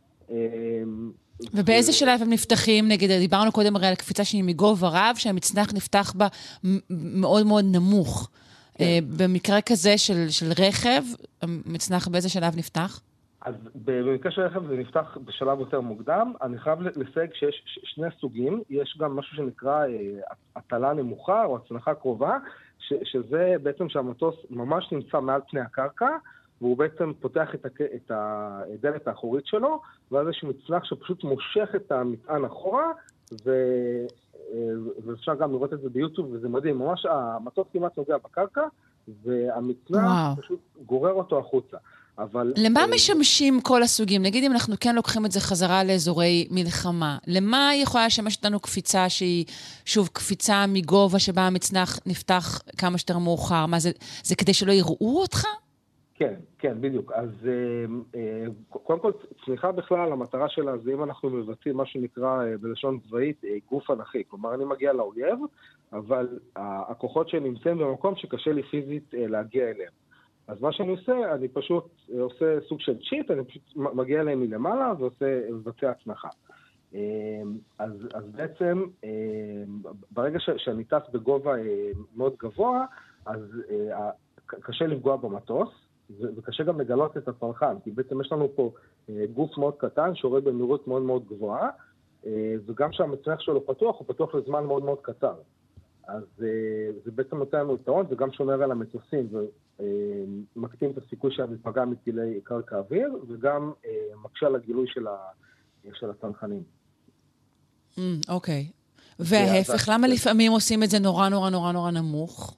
ובאיזה ו... שלב הם נפתחים? נגיד, דיברנו קודם הרי על קפיצה שהיא מגובה רב, שהמצנח נפתח בה מאוד מאוד נמוך. כן. במקרה כזה של, של רכב, המצנח באיזה שלב נפתח? אז במקרה של רכב זה נפתח בשלב יותר מוקדם. אני חייב לסייג שיש שני סוגים. יש גם משהו שנקרא הטלה נמוכה או הצנחה קרובה, ש, שזה בעצם שהמטוס ממש נמצא מעל פני הקרקע, והוא בעצם פותח את, הק... את הדלת האחורית שלו, ואז יש מצנח שפשוט מושך את המטען אחורה, ו... ואפשר גם לראות את זה ביוטיוב, וזה מדהים. ממש המטוס כמעט נוגע בקרקע, והמצנח וואו. פשוט גורר אותו החוצה. אבל... למה משמשים כל הסוגים? נגיד אם אנחנו כן לוקחים את זה חזרה לאזורי מלחמה, למה יכולה לשמש אותנו קפיצה שהיא, שוב, קפיצה מגובה שבה המצנח נפתח כמה שיותר מאוחר? מה זה, זה כדי שלא יראו אותך? כן, כן, בדיוק. אז קודם כל, צניחה בכלל, המטרה שלה זה אם אנחנו מבצעים מה שנקרא בלשון צבאית גוף אנכי. כלומר, אני מגיע לאויב, אבל הכוחות שנמצאים במקום שקשה לי פיזית להגיע אליהם. אז מה שאני עושה, אני פשוט עושה סוג של צ'יט, אני פשוט מגיע אליהם מלמעלה ועושה, מבצע הצנחה. אז, אז בעצם, ברגע ש, שאני טס בגובה מאוד גבוה, אז קשה לפגוע במטוס, וקשה גם לגלות את הצרכן, כי בעצם יש לנו פה גוף מאוד קטן שיורד במהירות מאוד מאוד גבוהה, וגם שהמצנח שלו פתוח, הוא פתוח לזמן מאוד מאוד קצר. אז זה בעצם נותן לנו יתרון, זה גם שומר על המטוסים ומקטין את הסיכוי שהם יפגע מטילי קרקע אוויר, וגם מקשה על הגילוי של, ה, של הצנחנים. אוקיי. וההפך, למה לפעמים עושים את זה נורא נורא נורא נורא נמוך?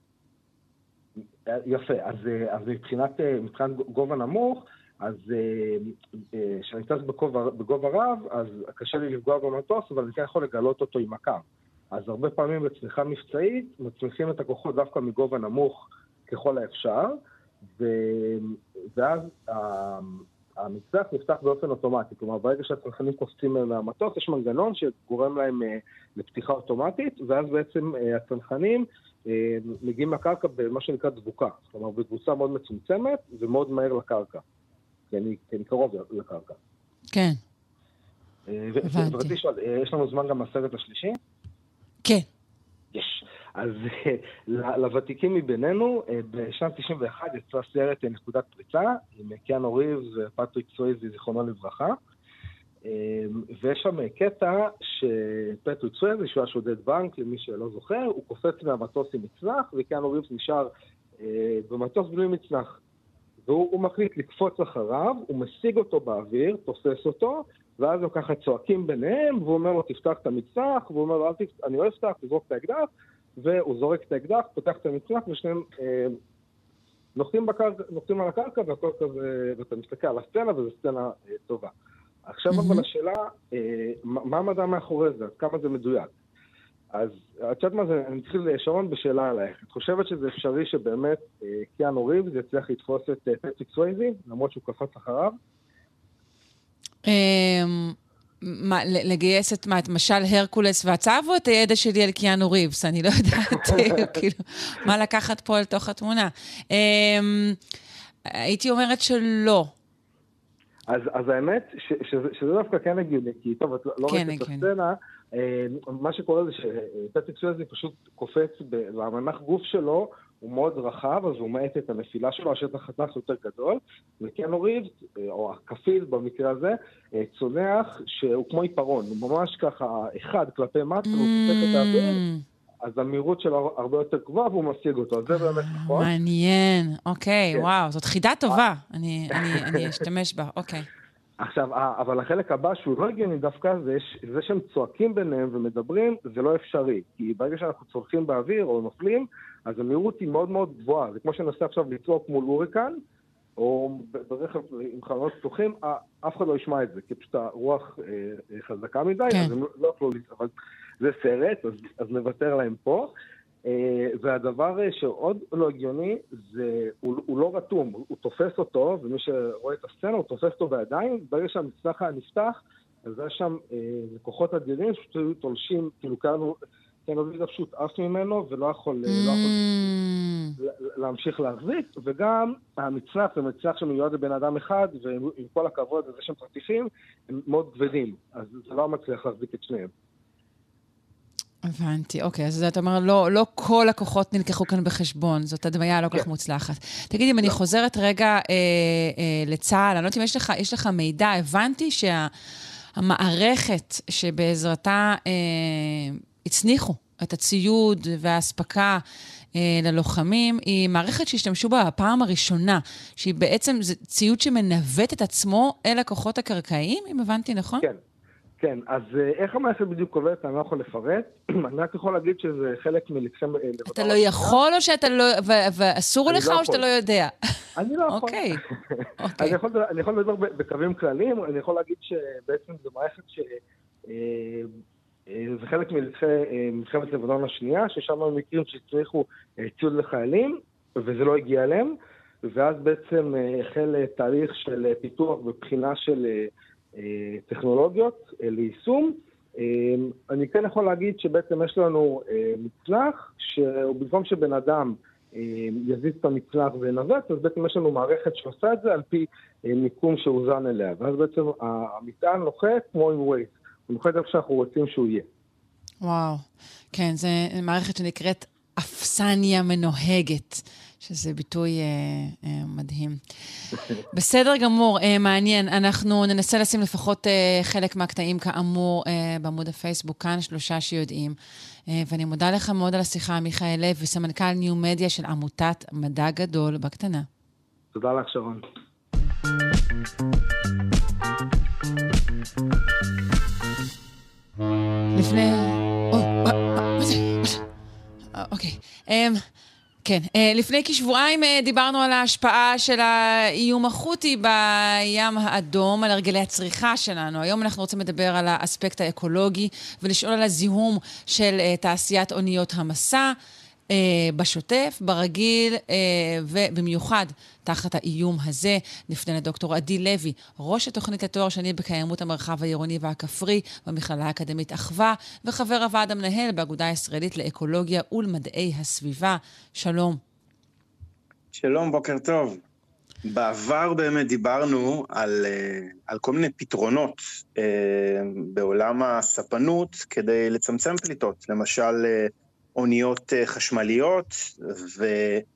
יפה, אז, אז מבחינת, מבחינת גובה נמוך, אז כשאני טס בגובה, בגובה רב, אז קשה לי לפגוע במטוס, אבל אני כן יכול לגלות אותו עם הקו. אז הרבה פעמים בצניחה מבצעית, מצניחים את הכוחות דווקא מגובה נמוך ככל האפשר, ו... ואז המצנח נפתח באופן אוטומטי. כלומר, ברגע שהצנחנים קופצים מהמטוס, יש מנגנון שגורם להם לפתיחה אוטומטית, ואז בעצם הצנחנים מגיעים לקרקע במה שנקרא דבוקה. כלומר, בקבוצה מאוד מצומצמת ומאוד מהר לקרקע. כי אני, כי אני קרוב לקרקע. כן. ורציתי שואל, יש לנו זמן גם לסרט השלישי? כן. יש. אז לוותיקים מבינינו, בשנת תשעים ואחת יצא סרט נקודת פריצה, עם קיאנו ריבס ופטריק סווייזי, זיכרונו לברכה, ויש שם קטע שפטריק סווייזי, שהוא השודד בנק, למי שלא זוכר, הוא קופץ מהמטוס עם מצנח, וקיאנו ריבס נשאר במטוס בלי מצנח. והוא מחליט לקפוץ אחריו, הוא משיג אותו באוויר, תופס אותו, ואז הם ככה צועקים ביניהם, והוא אומר לו, תפתח את המצנח, והוא אומר לו, אל תפתח, אני לא אפתח, תזרוק את האקדח, והוא זורק את האקדח, פותח את המצנח, ושניהם אה, נוחתים, בקרקע, נוחתים על הקרקע, והכל כזה, ואתה מסתכל על הסצנה, וזו סצנה אה, טובה. עכשיו mm-hmm. אבל השאלה, אה, מה המדע מאחורי זה? כמה זה מדויק? אז את יודעת מה זה, אני צריך לשרון בשאלה עלייך. את חושבת שזה אפשרי שבאמת אה, קיאנו ריבס יצליח לתפוס את אה, פטריק סווייזי, למרות שהוא קפץ אחריו? מה, לגייס את מה, את משל הרקולס והצב או את הידע שלי על קיאנו ריבס? אני לא יודעת, כאילו, מה לקחת פה אל תוך התמונה. הייתי אומרת שלא. אז, אז האמת ש, שזה, שזה דווקא כן הגיוני, כי טוב, את לא ראית את הסצנה, מה שקורה זה שפטריק סווייזי פשוט קופץ, והמנח גוף שלו הוא מאוד רחב, אז הוא מעט את הנפילה שלו, השטח חתך יותר גדול, וקיאנו ריבס, או הכפיל במקרה הזה, צונח שהוא כמו עיפרון, הוא ממש ככה אחד כלפי מטה, הוא קופץ את האוויר, אז המהירות שלו הרבה יותר גבוהה, והוא משיג אותו, אז זה באמת נכון. מעניין, אוקיי, וואו, זאת חידה טובה, אני אשתמש בה, אוקיי. עכשיו, אבל החלק הבא שהוא לא הגיוני דווקא, זה, זה שהם צועקים ביניהם ומדברים, זה לא אפשרי. כי ברגע שאנחנו צורכים באוויר או נופלים, אז המהירות היא מאוד מאוד גבוהה. זה כמו שננסה עכשיו לצעוק מול הוריקן, או ברכב עם חלונות פתוחים, אף אחד לא ישמע את זה, כי פשוט הרוח אה, חזקה מדי, כן. אז הם לא יכולו, אבל זה סרט, אז, אז נוותר להם פה. והדבר שעוד לא הגיוני, זה, הוא, הוא לא רתום, הוא תופס אותו, ומי שרואה את הסצנה, הוא תופס אותו בידיים, ברגע שהמצנח נפתח, אז יש שם לקוחות אדירים שפשוט תולשים, כאילו כאנו, כן, אבל פשוט עף ממנו ולא יכול, לא יכול להמשיך להחזיק, וגם המצנח, זה מצנח שמיועד לבן אדם אחד, ועם כל הכבוד לזה שהם חתיכים, הם מאוד כבדים, אז זה לא מצליח להחזיק את שניהם. הבנתי, אוקיי, אז אתה אומר, לא, לא כל הכוחות נלקחו כאן בחשבון, זאת הדמיה לא כך מוצלחת. תגיד, אם אני חוזרת רגע אה, אה, לצה"ל, אני לא יודעת אם יש לך, יש לך מידע, הבנתי שהמערכת שבעזרתה אה, הצניחו את הציוד וההספקה אה, ללוחמים, היא מערכת שהשתמשו בה הפעם הראשונה, שהיא בעצם זה ציוד שמנווט את עצמו אל הכוחות הקרקעיים, אם הבנתי נכון? כן. כן, אז איך המערכת בדיוק עובדת, אני לא יכול לפרט. אני רק יכול להגיד שזה חלק מלכם... אתה לא יכול או שאתה לא... ואסור לך או שאתה לא יודע? אני לא יכול. אוקיי. אני יכול לדבר בקווים כלליים, אני יכול להגיד שבעצם זו מערכת ש... זה חלק מלחמת לבנון השנייה, ששם מקרים שהצריכו ציוד לחיילים, וזה לא הגיע אליהם, ואז בעצם החל תהליך של פיתוח ובחינה של... טכנולוגיות ליישום. אני כן יכול להגיד שבעצם יש לנו מצנח, שבמקום שבן אדם יזיז את המצנח וינווט, אז בעצם יש לנו מערכת שעושה את זה על פי מיקום שהוזן אליה. ואז בעצם המטען נוחת כמו עם ווייז. הוא נוחת איפה שאנחנו רוצים שהוא יהיה. וואו. כן, זו מערכת שנקראת אפסניה מנוהגת. שזה ביטוי אה, אה, מדהים. בסדר גמור, אה, מעניין. אנחנו ננסה לשים לפחות אה, חלק מהקטעים כאמור אה, בעמוד הפייסבוק, כאן שלושה שיודעים. אה, ואני מודה לך מאוד על השיחה, מיכאל לוי, סמנכ"ל ניו מדיה של עמותת מדע גדול בקטנה. תודה לך, שרון. לפני... אוקיי. כן, לפני כשבועיים דיברנו על ההשפעה של האיום החותי בים האדום, על הרגלי הצריכה שלנו. היום אנחנו רוצים לדבר על האספקט האקולוגי ולשאול על הזיהום של תעשיית אוניות המסע בשוטף, ברגיל ובמיוחד תחת האיום הזה. נפנה לדוקטור עדי לוי, ראש התוכנית לתואר שני בקיימות המרחב העירוני והכפרי במכללה האקדמית אחווה, וחבר הוועד המנהל באגודה הישראלית לאקולוגיה ולמדעי הסביבה. שלום. שלום, בוקר טוב. בעבר באמת דיברנו על, על כל מיני פתרונות בעולם הספנות כדי לצמצם פליטות, למשל אוניות חשמליות ו,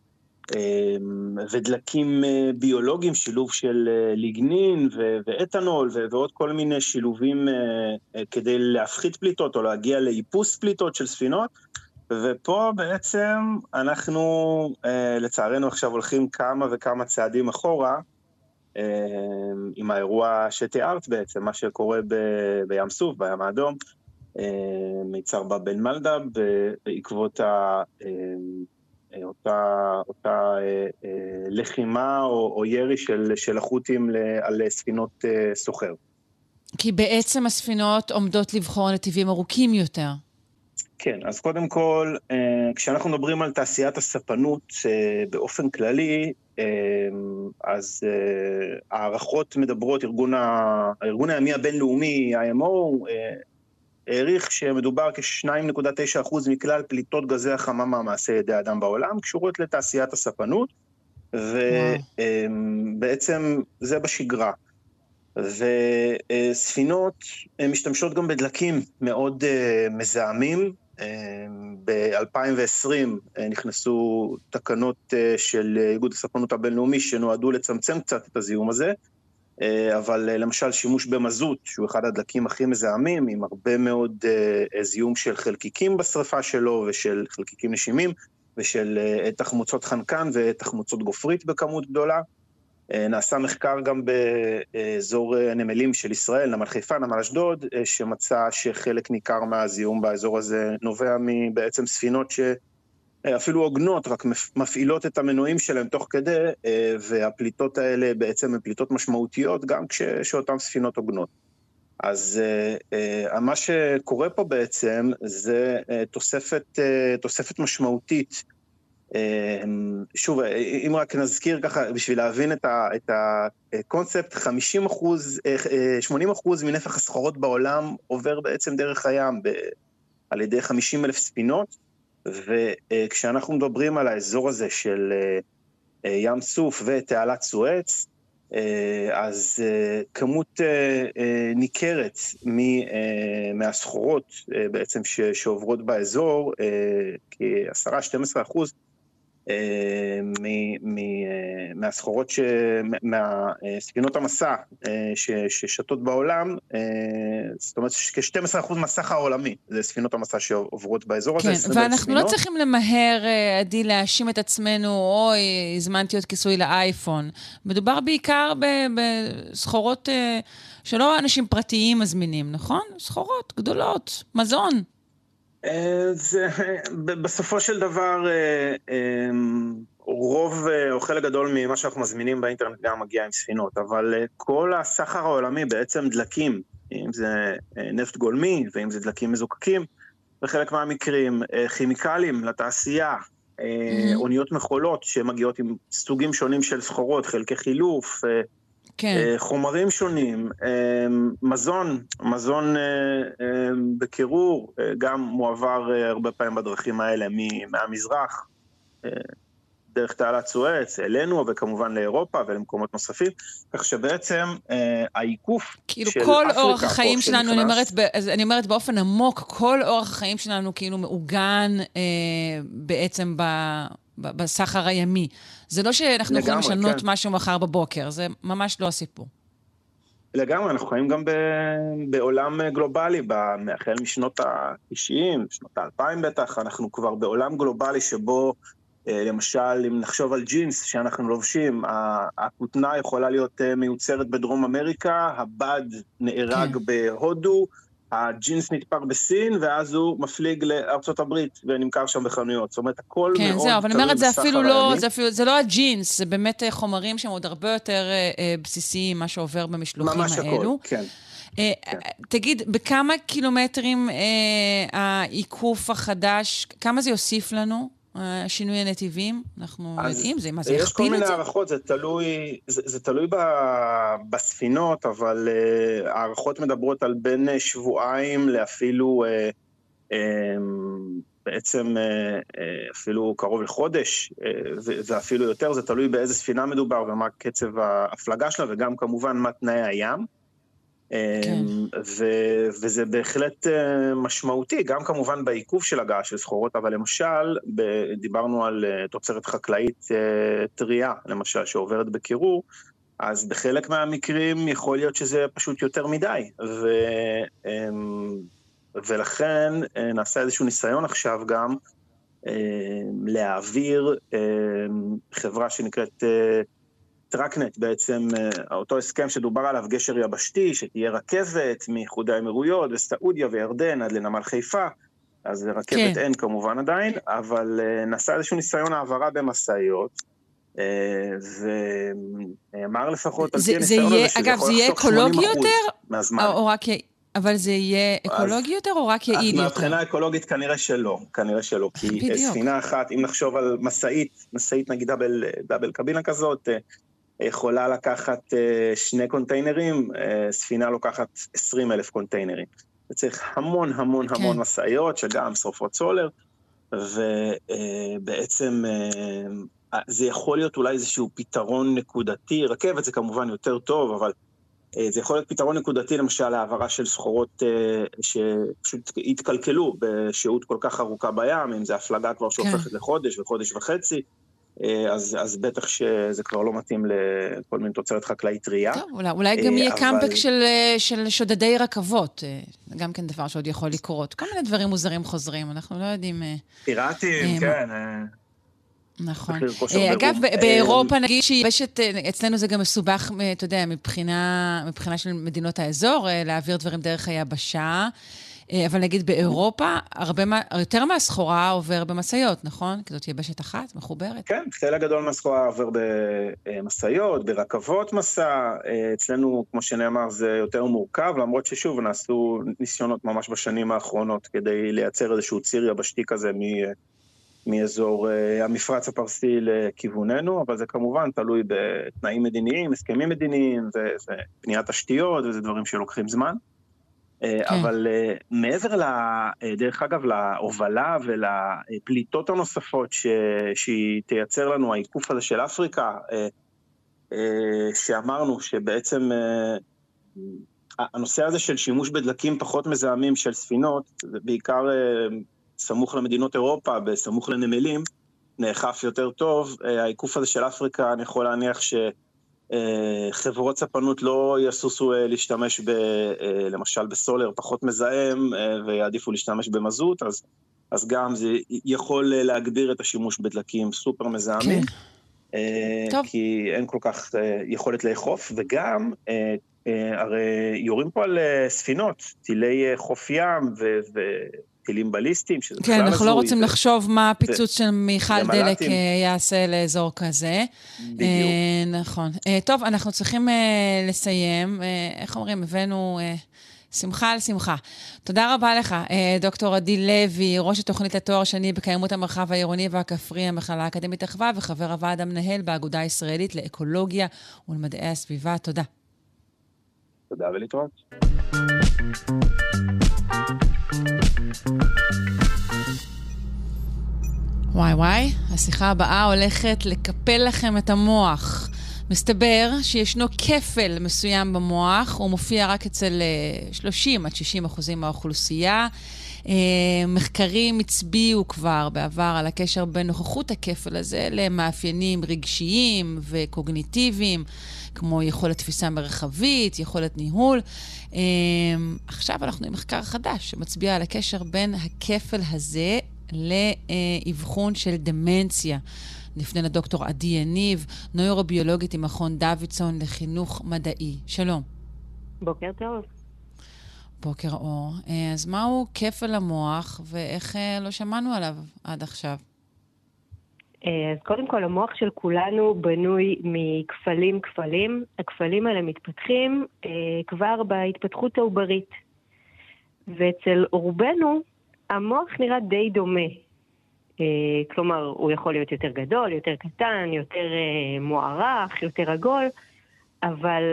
ודלקים ביולוגיים, שילוב של ליגנין ו, ואתנול ו, ועוד כל מיני שילובים כדי להפחית פליטות או להגיע לאיפוס פליטות של ספינות. ופה בעצם אנחנו לצערנו עכשיו הולכים כמה וכמה צעדים אחורה עם האירוע שתיארת בעצם, מה שקורה ב, בים סוף, בים האדום. מיצר בבן מלדה בעקבות ה, אותה, אותה לחימה או, או ירי של, של החות'ים על ספינות סוחר. כי בעצם הספינות עומדות לבחור נתיבים ארוכים יותר. כן, אז קודם כל, כשאנחנו מדברים על תעשיית הספנות באופן כללי, אז הערכות מדברות, ארגון, הארגון הימי הבינלאומי, ה-איי אם או, העריך שמדובר כ-שתיים נקודה תשע אחוז מכלל פליטות גזי החממה מעשה ידי האדם בעולם, קשורות לתעשיית הספנות, ובעצם זה בשגרה. וספינות משתמשות גם בדלקים מאוד מזהמים. ב-אלפיים ועשרים נכנסו תקנות של איגוד הספנות הבינלאומי שנועדו לצמצם קצת את הזיהום הזה, אבל למשל שימוש במזוט, שהוא אחד הדלקים הכי מזהמים, עם הרבה מאוד זיהום של חלקיקים בשריפה שלו, ושל חלקיקים נשימים, ושל תחמוצות חנקן ותחמוצות גופרית בכמות גדולה. נעשה מחקר גם באזור הנמלים של ישראל, נמל חיפה, נמל אשדוד, שמצא שחלק ניכר מהזיהום באזור הזה נובע מבעצם ספינות שאפילו עוגנות, רק מפעילות את המנועים שלהם תוך כדי, והפליטות האלה בעצם הן פליטות משמעותיות גם כשאותן ספינות עוגנות. אז מה שקורה פה בעצם זה תוספת, תוספת משמעותית שוב, אם רק נזכיר ככה, בשביל להבין את הקונספט, חמישים אחוז, שמונים אחוז מנפח הסחורות בעולם עובר בעצם דרך הים, על ידי חמישים אלף ספינות, וכשאנחנו מדברים על האזור הזה של ים סוף ותעלת סואץ, אז כמות ניכרת מהסחורות בעצם שעוברות באזור, כ-עשרה עד שנים עשר אחוז מהסחורות, מהספינות המסע ששתות בעולם, זאת אומרת כ-שנים עשר אחוז מהסחר העולמי, זה ספינות המסע שעוברות באזור הזה. כן, ואנחנו לא צריכים למהר, עדי, להאשים את עצמנו, אוי, הזמנתי עוד כיסוי לאייפון. מדובר בעיקר בסחורות שלא אנשים פרטיים מזמינים, נכון? סחורות גדולות, מזון. זה, בסופו של דבר, רוב או חלק גדול ממה שאנחנו מזמינים באינטרנט גם מגיע עם ספינות, אבל כל הסחר העולמי בעצם דלקים, אם זה נפט גולמי ואם זה דלקים מזוקקים, בחלק מהמקרים כימיקלים לתעשייה, אוניות מכולות שמגיעות עם סוגים שונים של סחורות, חלקי חילוף, כן. חומרים שונים, מזון, מזון בקירור, גם מועבר הרבה פעמים בדרכים האלה מהמזרח, דרך תעלת סואץ, אלינו וכמובן לאירופה ולמקומות נוספים, כך שבעצם העיקוף כאילו של כל אורח החיים שלנו, אני אומרת, אני אומרת באופן עמוק, כל אורח החיים שלנו כאילו מעוגן בעצם ב... בסחר הימי. זה לא שאנחנו יכולים לשנות כן. משהו מחר בבוקר, זה ממש לא הסיפור. לגמרי, אנחנו חיים גם ב... בעולם גלובלי, החל משנות ה-תשעים, שנות ה-אלפיים בטח, אנחנו כבר בעולם גלובלי שבו, למשל, אם נחשוב על ג'ינס שאנחנו לובשים, הכותנה יכולה להיות מיוצרת בדרום אמריקה, הבד נהרג כן. בהודו, הג'ינס נתפר בסין, ואז הוא מפליג לארצות הברית, ונמכר שם בחנויות. זאת אומרת, הכל כן, מאוד... כן, זהו, אבל אני אומרת, זה אפילו לא, זה, אפילו, זה לא הג'ינס, זה באמת חומרים שהם עוד הרבה יותר אה, בסיסיים, מה שעובר במשלוחים ממש האלו. הכל, כן. אה, כן. תגיד, בכמה קילומטרים אה, העיקוף החדש, כמה זה יוסיף לנו? שינוי הנתיבים, אנחנו יודעים, זה מה זה יכפיל את זה? יש כל מיני הערכות, זה תלוי, זה, זה תלוי ב, בספינות, אבל uh, הערכות מדברות על בין שבועיים לאפילו, uh, um, בעצם uh, אפילו קרוב לחודש, uh, ואפילו יותר, זה תלוי באיזה ספינה מדובר, ומה קצב ההפלגה שלה, וגם כמובן מה תנאי הים. כן. ו- וזה בהחלט משמעותי, גם כמובן בעיקוף של הגעה של סחורות, אבל למשל, ב- דיברנו על תוצרת חקלאית טריה, למשל, שעוברת בקירור, אז בחלק מהמקרים יכול להיות שזה פשוט יותר מדי, ו- ולכן נעשה איזשהו ניסיון עכשיו גם להעביר חברה שנקראת טרקנט, בעצם אותו הסכם שדובר עליו, גשר יבשתי, שתהיה רכבת מאיחוד האמירויות וסעודיה וירדן עד לנמל חיפה, אז רכבת כן. אין כמובן עדיין, אבל נעשה איזשהו ניסיון העברה במסעיות, ואמר לפחות על פי הניסיון הזה, שזה יכול לחסוך שמונים אחוז מהזמן. או רק... אבל זה יהיה אקולוגי יותר או רק יעיל יותר? מהבחינה אקולוגית כנראה שלא, כנראה שלא, כי ספינה אחת, אם נחשוב על מסעית, מסעית נגיד דאבל, דאבל קבינה כזאת, יכולה לקחת שני קונטיינרים, ספינה לוקחת עשרים אלף קונטיינרים. וצריך המון המון המון מסעיות, שגם שרופות סולר, ובעצם זה יכול להיות אולי איזשהו פתרון נקודתי, רכבת זה כמובן יותר טוב, אבל זה יכול להיות פתרון נקודתי, למשל, העברה של סחורות שפשוט התקלקלו בשהות כל כך ארוכה בים, אם זה הפלגה כבר שהופכת לחודש וחודש וחצי, אז, אז בטח שזה כבר לא מתאים לכל מיני תוצרת חקלאית טריה. טוב, אולי, אולי גם יהיה אבל... קמפק של, של שודדי רכבות, גם כן דבר שעוד יכול לקרות. כל מיני דברים מוזרים חוזרים, אנחנו לא יודעים... פיראטים, כן... נכון. אגב, באירופה נגיד שיבשת, אצלנו זה גם מסובך, אתה יודע, מבחינה, מבחינה של מדינות האזור, להעביר דברים דרך היבשה, אבל נגיד באירופה, הרבה, יותר מהסחורה עובר במסעיות, נכון? כי זאת יבשת אחת, מחוברת. כן, חלק גדול מהסחורה עובר במסעיות, ברכבות מסע, אצלנו, כמו שנאמר, זה יותר מורכב, למרות ששוב, נעשו ניסיונות ממש בשנים האחרונות, כדי לייצר איזשהו ציר יבשתי כזה מ... מאזור המפרץ הפרסי לכיווננו, אבל זה כמובן תלוי בתנאים מדיניים, הסכמים מדיניים, ובניית תשתיות, וזה דברים שלוקחים זמן. אבל מעבר ל, דרך אגב, להובלה ולפליטות הנוספות שהיא תייצר לנו, העיקוף הזה של אפריקה, שאמרנו שבעצם הנושא הזה של שימוש בדלקים פחות מזהמים של ספינות, זה בעיקר סמוך למדינות אירופה, בסמוך לנמלים, נאכף יותר טוב. העיקוף הזה של אפריקה, אני יכול להניח שחברות ספנות לא יסוסו להשתמש ב, למשל בסולר פחות מזהם, ויעדיפו להשתמש במזוט, אז, אז גם זה יכול להגביר את השימוש בדלקים סופר מזהמים, טוב. כי אין כל כך יכולת לאכוף, וגם הרי יורים פה על ספינות, טילי חוף ים ו... טילים בליסטיים, שזה כן, אנחנו לא רוצים לחשוב מה הפיצוץ של מיכל דלק יעשה לאזור כזה. בדיוק. נכון. טוב, אנחנו צריכים לסיים. איך אומרים? הבאנו שמחה על שמחה. תודה רבה לך, דוקטור עדי לוי, ראש התוכנית לתואר שני בקיימות המרחב העירוני והכפרי, המכללה האקדמית אחווה, וחבר הוועד המנהל באגודה הישראלית לאקולוגיה ולמדעי הסביבה. תודה. תודה ולהתראות. וואי וואי, השיחה הבאה הולכת לקפל לכם את המוח. מסתבר שישנו כפל מסוים במוח, הוא מופיע רק אצל שלושים עד שישים אחוזים מהאוכלוסייה. מחקרים הצביעו כבר בעבר על הקשר בין נוכחות הכפל הזה למאפיינים רגשיים וקוגניטיביים, כמו יכולת תפיסה מרחבית, יכולת ניהול. עכשיו אנחנו עם מחקר חדש שמצביע על הקשר בין הכפל הזה לאבחון של דמנציה. נפנה לדוקטור עדי יניב, נוירוביולוגית עם מכון דוידסון לחינוך מדעי. שלום. בוקר טוב. בוקר אור. אז מהו כפל המוח ואיך לא שמענו עליו עד עכשיו? אז קודם כל, המוח של כולנו בנוי מכפלים כפלים. הכפלים האלה מתפתחים אה, כבר בהתפתחות העוברית. ואצל רובנו, המוח נראה די דומה. אה, כלומר, הוא יכול להיות יותר גדול, יותר קטן, יותר אה, מוערך, יותר עגול, אבל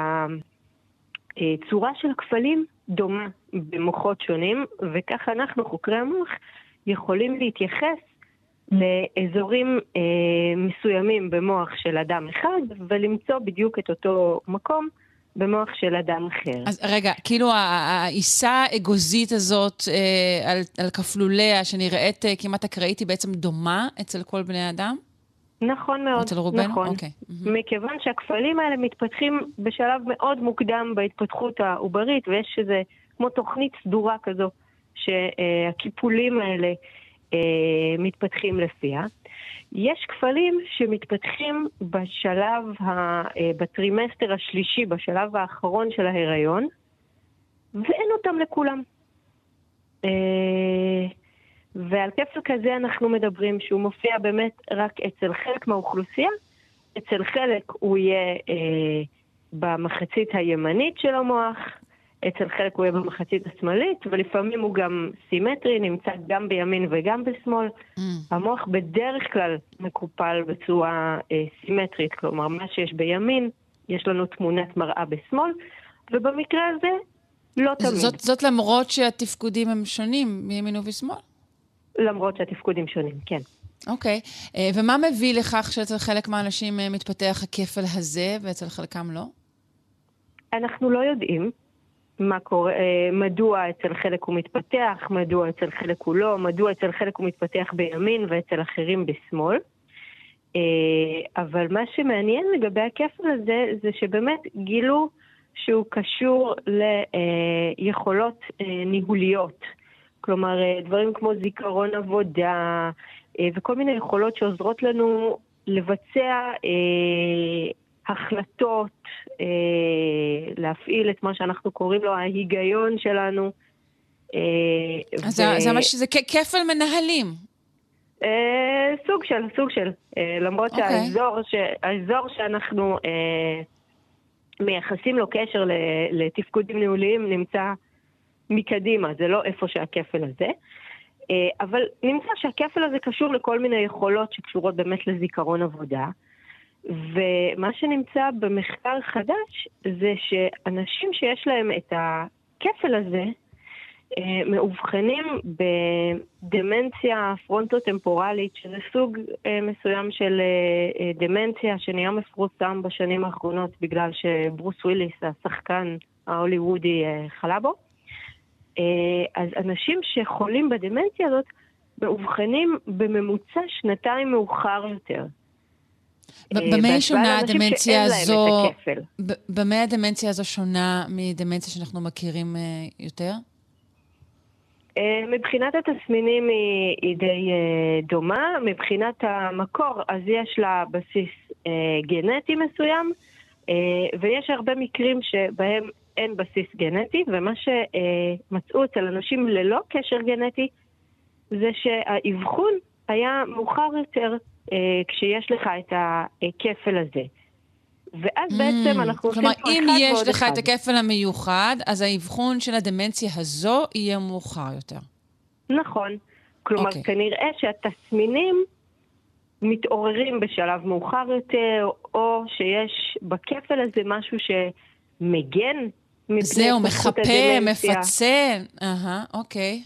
הצורה של הכפלים דומה במוחות שונים, וכך אנחנו, חוקרי המוח, יכולים להתייחס לאזורים אה, מסוימים במוח של אדם אחד, ולמצוא בדיוק את אותו מקום במוח של אדם אחר. אז רגע, כאילו העיסה האגוזית הזאת אה, על, על כפלוליה, שנראית אה, כמעט אקראית, היא בעצם דומה אצל כל בני אדם? נכון מאוד, אצל רובנו? נכון. אוקיי. מכיוון שהכפלים האלה מתפתחים בשלב מאוד מוקדם בהתפתחות העוברית, ויש איזה כמו תוכנית סדורה כזו, שהקיפולים האלה מתפתחים לפיה. יש כפלים שמתפתחים בשלב, בטרימסטר השלישי, בשלב האחרון של ההיריון, ואין אותם לכולם. ועל כפל כזה אנחנו מדברים שהוא מופיע באמת רק אצל חלק מהאוכלוסייה, אצל חלק הוא יהיה במחצית הימנית של המוח, אצל חלק הוא יהיה במחצית השמאלית, ולפעמים הוא גם סימטרי, נמצא גם בימין וגם בשמאל. Mm. המוח בדרך כלל מקופל בצורה אה, סימטרית, כלומר, מה שיש בימין, יש לנו תמונת מראה בשמאל, ובמקרה הזה, לא תמיד. זאת, זאת למרות שהתפקודים הם שונים מימין ובשמאל? למרות שהתפקודים שונים, כן. אוקיי, אה, ומה מביא לכך שאצל חלק מהאנשים מתפתח הכפל הזה, ואצל חלקם לא? אנחנו לא יודעים. מה קורה, מדוע אצל חלק הוא מתפתח, מדוע אצל חלק הוא לא, מדוע אצל חלק הוא מתפתח בימין ואצל אחרים בשמאל. אבל מה שמעניין לגבי הכפל הזה, זה שבאמת גילו שהוא קשור ליכולות ניהוליות. כלומר, דברים כמו זיכרון עבודה, וכל מיני יכולות שעוזרות לנו לבצע החלטות, אה, להפעיל את מה שאנחנו קוראים לו ההיגיון שלנו. אה, אז ו... זה ממש, זה כפל מנהלים. אה, סוג של, סוג של. אה, למרות okay. שהאזור, ש... האזור שאנחנו אה, מייחסים לו קשר לתפקודים ניהוליים נמצא מקדימה, זה לא איפה שהכפל הזה. אבל נמצא שהכפל הזה קשור לכל מיני יכולות שקשורות באמת לזיכרון עבודה, ומה שנמצא במחקר חדש זה שאנשים שיש להם את הכפל הזה, מאובחנים בדמנציה פרונטו-טמפורלית, שזה סוג מסוים של דמנציה שנהיה מפורסם בשנים האחרונות בגלל שברוס וויליס, השחקן ההוליוודי, חלה בו. אז אנשים שחולים בדמנציה הזאת מאובחנים בממוצע שנתיים מאוחר יותר. במה היא שונה הדמנציה הזו? במה הדמנציה הזו שונה מדמנציה שאנחנו מכירים יותר? מבחינת התסמינים היא, היא די דומה. מבחינת המקור, אז יש לה בסיס גנטי מסוים, ויש הרבה מקרים שבהם אין בסיס גנטי, ומה שמצאו אצל אנשים ללא קשר גנטי, זה שהאבחון היה מאוחר יותר כשיש לך את הכפל הזה. ואז בעצם אנחנו עושים פה אחד ועוד אחד. כלומר, אם יש לך את הכפל המיוחד, אז האבחון של הדמנציה הזו יהיה מאוחר יותר. נכון. כלומר, כנראה שהתסמינים מתעוררים בשלב מאוחר יותר, או שיש בכפל הזה משהו שמגן מפני זהו, מחפה, מפצה. אהה, אוקיי.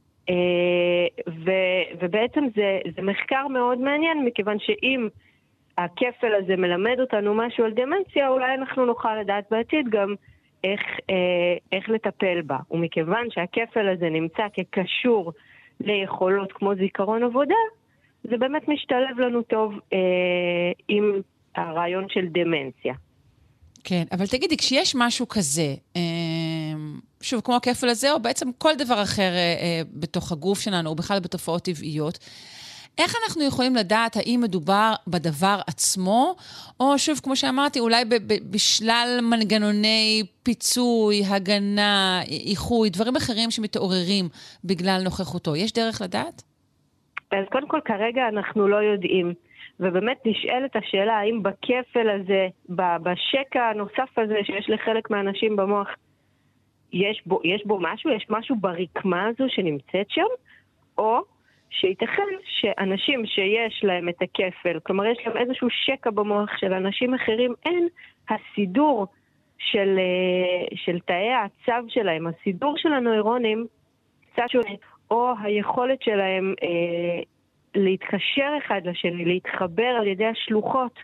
ובעצם זה, זה מחקר מאוד מעניין, מכיוון שאם הכפל הזה מלמד אותנו משהו על דמנציה, אולי אנחנו נוכל לדעת בעתיד גם איך, איך לטפל בה. ומכיוון שהכפל הזה נמצא כקשור ליכולות כמו זיכרון עבודה, זה באמת משתלב לנו טוב אה, עם הרעיון של דמנציה. כן, אבל תגידי, כשיש משהו כזה, אה, שוב, כמו הכפל הזה, או בעצם כל דבר אחר אה, בתוך הגוף שלנו, או בכלל בתופעות טבעיות, איך אנחנו יכולים לדעת האם מדובר בדבר עצמו, או שוב, כמו שאמרתי, אולי ב- ב- בשלל מנגנוני פיצוי, הגנה, איחוי, דברים אחרים שמתעוררים בגלל נוכחותו. יש דרך לדעת? אז קודם כל, כרגע אנחנו לא יודעים. ובאמת נשאלת השאלה, האם בכפל הזה, בשקע הנוסף הזה שיש לחלק מהאנשים במוח, יש בו, יש בו משהו, יש משהו ברקמה הזו שנמצאת שם, או שייתכן שאנשים שיש להם את הכפל, כלומר יש להם איזשהו שקע במוח של אנשים אחרים, אין הסידור של, של תאי העצב שלהם, הסידור של הנוירונים, קצת שונה, או היכולת שלהם אה, להתקשר אחד לשני, להתחבר על ידי השלוחות,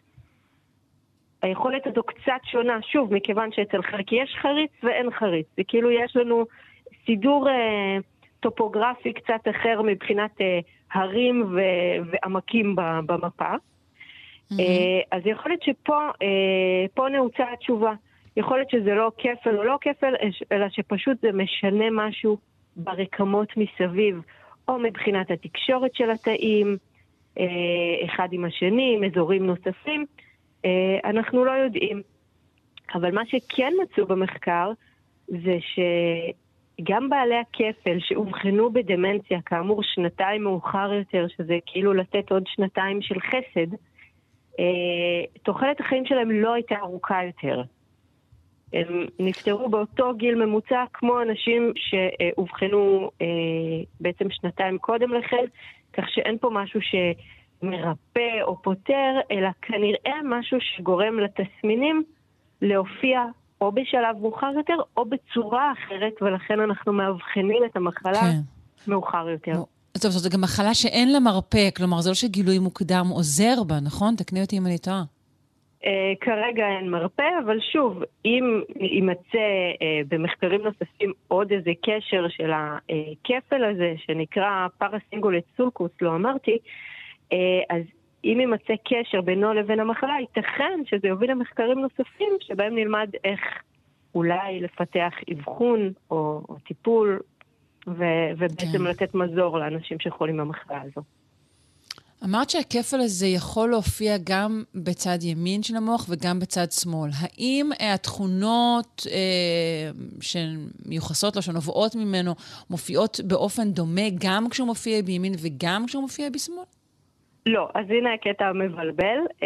היכולת הזו קצת שונה, שוב, מכיוון שאצל חלק יש חריץ ואין חריץ, וכאילו יש לנו סידור אה, טופוגרפי קצת אחר מבחינת אה, הרים ו- ועמקים במפה. Mm-hmm. אה, אז יכול להיות שפה אה, פה נעוצה התשובה. יכול להיות שזה לא כפל או לא כפל, אלא שפשוט זה משנה משהו ברקמות מסביב, או מבחינת התקשורת של התאים, אה, אחד עם השני, עם אזורים נוספים. אה, אנחנו לא יודעים. אבל מה שכן מצאו במחקר, זה ש... גם בעלי הכפל שהובחנו בדמנציה, כאמור שנתיים מאוחר יותר, שזה כאילו לתת עוד שנתיים של חסד, אה, תוחלת החיים שלהם לא הייתה ארוכה יותר. הם נפטרו באותו גיל ממוצע כמו אנשים שהובחנו אה, בעצם שנתיים קודם לכן, כך שאין פה משהו שמרפא או פותר, אלא כנראה משהו שגורם לתסמינים להופיע או בשלב מאוחר יותר, או בצורה אחרת, ולכן אנחנו מאבחנים את המחלה כן. מאוחר יותר. טוב, זאת גם מחלה שאין לה מרפא, כלומר, זה לא שגילוי מוקדם עוזר בה, נכון? תקני אותי אם אני טועה. Uh, כרגע אין מרפא, אבל שוב, אם יימצא uh, במחקרים נוספים עוד איזה קשר של הכפל הזה, שנקרא פרסינגולט סולקוס, לא אמרתי, uh, אז אם יימצא קשר בינו לבין המחלה, ייתכן שזה יוביל למחקרים נוספים, שבהם נלמד איך אולי לפתח אבחון או, או טיפול, ו- ובעצם כן. לתת מזור לאנשים שחולים במחלה הזו. אמרת שהכפל הזה יכול להופיע גם בצד ימין של המוח וגם בצד שמאל. האם התכונות אה, שמיוחסות לו, שנובעות ממנו, מופיעות באופן דומה גם כשהוא מופיע בימין וגם כשהוא מופיע בשמאל? לא, אז הנה הקטע המבלבל. Uh,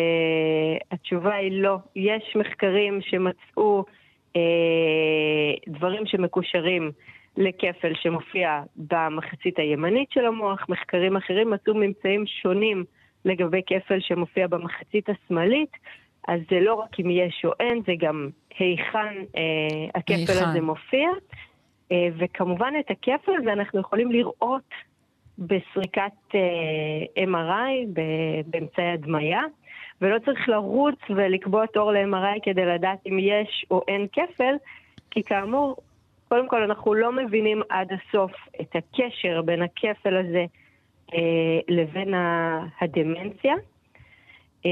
התשובה היא לא. יש מחקרים שמצאו uh, דברים שמקושרים לכפל שמופיע במחצית הימנית של המוח. מחקרים אחרים מצאו ממצאים שונים לגבי כפל שמופיע במחצית השמאלית, אז זה לא רק אם יש או אין, זה גם היכן אה, הכפל היכן. הזה מופיע. אה, וכמובן את הכפל הזה אנחנו יכולים לראות בסריקת אה, אם אר איי באמצעי הדמיה, ולא צריך לרוץ ולקבוע תור ל-אם אר איי כדי לדעת אם יש או אין כפל, כי כאמור, קודם כל אנחנו לא מבינים עד הסוף את הקשר בין הכפל הזה אה, לבין הדמנציה. אה,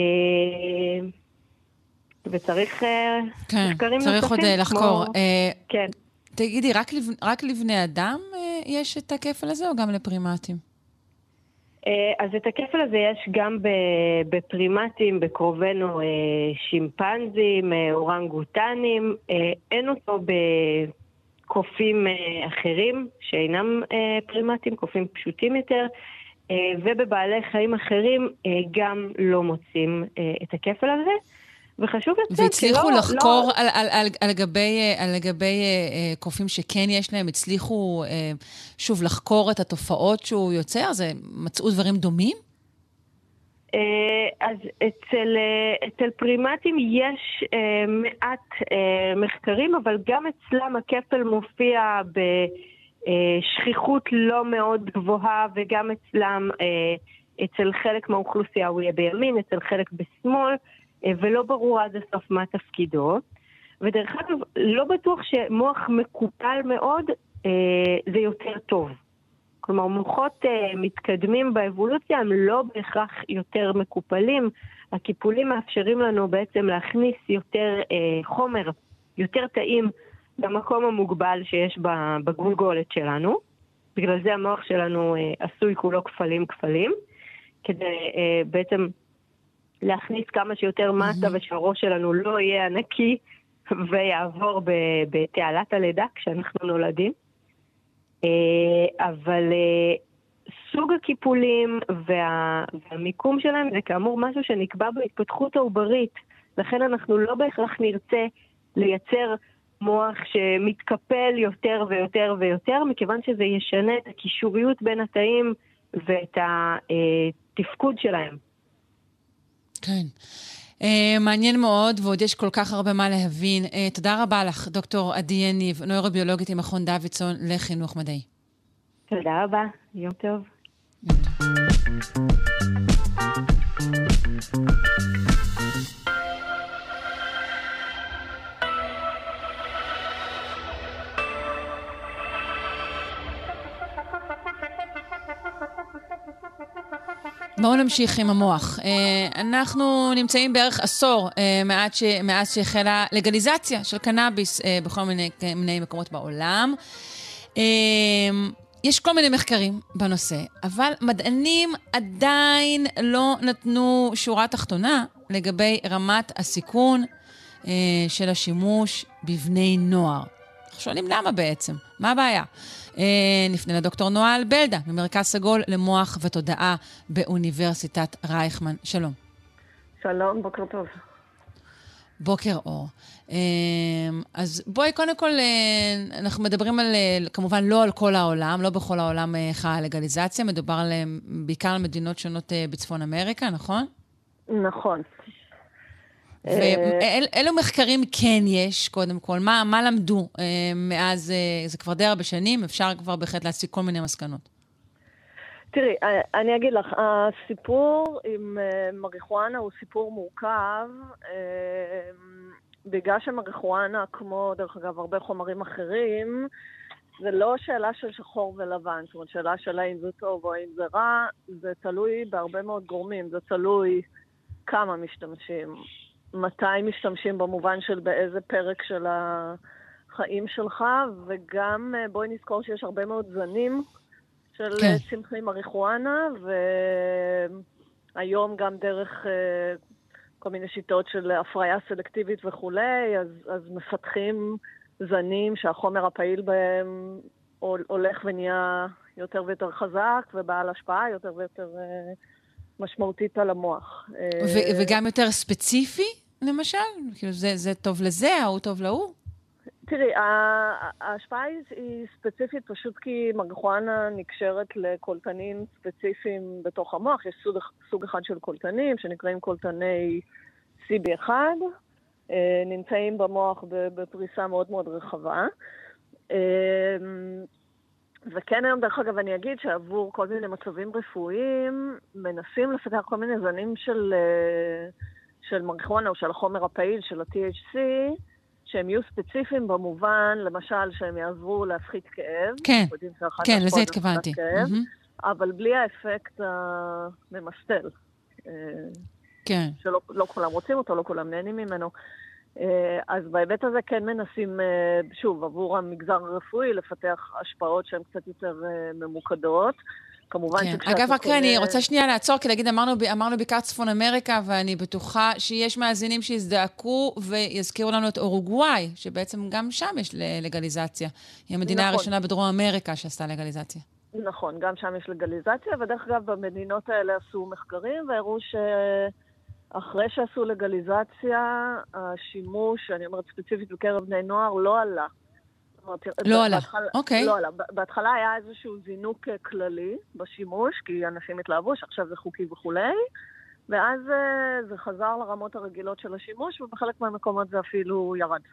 וצריך אה, כן, מחקרים צריך נוספים. עוד לחקור. כמו... אה, כן. תגידי, רק, לבנ... רק לבני אדם אה, יש את הכפל הזה או גם לפרימטים? אז את הכפל הזה יש גם בפרימטים, בקרובנו שימפנזים, אורנגוטנים, אין אותו בקופים אחרים שאינם פרימטים, קופים פשוטים יותר, ובבעלי חיים אחרים גם לא מוצאים את הכפל הזה. וחשוב לצאת, והצליחו לא, לחקור לא... על, על, על, על גבי, על גבי uh, קופים שכן יש להם, הצליחו uh, שוב לחקור את התופעות שהוא יוצר? זה מצאו דברים דומים? Uh, אז אצל, uh, אצל פרימטים יש uh, מעט uh, מחקרים, אבל גם אצלם הכפל מופיע בשכיחות לא מאוד גבוהה, וגם אצלם, uh, אצל חלק מהאוכלוסייה הוא יהיה בימין, אצל חלק בשמאל, ולא ברור עד הסוף מה תפקידו. ודרך אגב, לא בטוח שמוח מקופל מאוד אה, זה יותר טוב. כלומר, מוחות אה, מתקדמים באבולוציה הם לא בהכרח יותר מקופלים. הקיפולים מאפשרים לנו בעצם להכניס יותר אה, חומר, יותר טעים במקום המוגבל שיש בגולגולת שלנו. בגלל זה המוח שלנו אה, עשוי כולו כפלים כפלים, כדי אה, בעצם... להכניס כמה שיותר מסה ושהראש שלנו לא יהיה ענקי ויעבור בתעלת הלידה כשאנחנו נולדים. אבל סוג הקיפולים וה, והמיקום שלהם זה כאמור משהו שנקבע בהתפתחות העוברית. לכן אנחנו לא בהכרח נרצה לייצר מוח שמתקפל יותר ויותר ויותר, מכיוון שזה ישנה את הקישוריות בין התאים ואת התפקוד שלהם. כן. Uh, מעניין מאוד, ועוד יש כל כך הרבה מה להבין. Uh, תודה רבה לך, דוקטור עדי יניב, נוירוביולוגית עם מכון דוידסון לחינוך מדעי. תודה רבה, יום טוב. יום טוב. בואו נמשיך עם המוח. אנחנו נמצאים בערך עשור מאז שהחלה לגליזציה של קנאביס בכל מיני, מיני מקומות בעולם. יש כל מיני מחקרים בנושא, אבל מדענים עדיין לא נתנו שורה תחתונה לגבי רמת הסיכון של השימוש בבני נוער. אנחנו שואלים למה בעצם? מה הבעיה? נפנה לדוקטור נועל בלדה, ממרכז סגול למוח ותודעה באוניברסיטת רייכמן. שלום. שלום, בוקר טוב. בוקר אור. אז בואי קודם כל, אנחנו מדברים על, כמובן לא על כל העולם, לא בכל העולם חלה לגליזציה, מדובר על, בעיקר על מדינות שונות בצפון אמריקה, נכון? נכון. ואילו מחקרים כן יש, קודם כל? מה, מה למדו מאז, זה כבר די הרבה שנים, אפשר כבר בהחלט להסיק כל מיני מסקנות. תראי, אני אגיד לך, הסיפור עם מריחואנה הוא סיפור מורכב, בגלל שמריחואנה, כמו דרך אגב הרבה חומרים אחרים, זה לא שאלה של שחור ולבן, זאת אומרת, שאלה של האם זה טוב או האם זה רע, זה תלוי בהרבה מאוד גורמים, זה תלוי כמה משתמשים, מתי משתמשים במובן של באיזה פרק של החיים שלך, וגם בואי נזכור שיש הרבה מאוד זנים של כן. צמחי מריחואנה, והיום גם דרך כל מיני שיטות של הפריה סלקטיבית וכולי, אז, אז מפתחים זנים שהחומר הפעיל בהם הולך ונהיה יותר ויותר חזק, ובעל השפעה יותר ויותר משמעותית על המוח. ו- וגם יותר ספציפי, למשל? כאילו זה, זה טוב לזה, ההוא טוב להוא? תראי, ההשפעה היא ספציפית פשוט כי מריחואנה נקשרת לקולטנים ספציפיים בתוך המוח. יש סוג, סוג אחד של קולטנים שנקראים קולטני סי בי אחת, נמצאים במוח בפריסה מאוד מאוד רחבה. וכן היום, דרך אגב, אני אגיד שעבור כל מיני מצבים רפואיים מנסים לפתח כל מיני זנים של, של מריחואנה או של החומר הפעיל, של ה-טי אייץ' סי, שהם יהיו ספציפיים במובן, למשל, שהם יעזרו להפחית כאב. כן, כן, לזה התכוונתי. Mm-hmm. אבל בלי האפקט הממסטל. כן. שלא לא כולם רוצים אותו, לא כולם נהנים ממנו. אז בהיבט הזה כן מנסים, שוב, עבור המגזר הרפואי, לפתח השפעות שהן קצת יותר ממוקדות. כמובן כן. אגב, רק קונה... אני רוצה שנייה לעצור, כי להגיד, אמרנו, אמרנו בעיקר צפון אמריקה, ואני בטוחה שיש מאזינים שיזדעקו ויזכירו לנו את אורוגוואי, שבעצם גם שם יש לגליזציה. היא המדינה נכון. הראשונה בדרום אמריקה שעשתה לגליזציה. נכון, גם שם יש לגליזציה, ודרך אגב, במדינות האלה עשו מחקרים, והראו שאחרי שעשו לגליזציה, השימוש, אני אומרת ספציפית בקרב בני נוער, לא עלה. לא עלה, אוקיי. לא עלה. בהתחלה היה איזשהו זינוק כללי בשימוש, כי אנשים התלהבו, שעכשיו זה חוקי וכולי, ואז זה חזר לרמות הרגילות של השימוש, ובחלק מהמקומות זה אפילו ירד.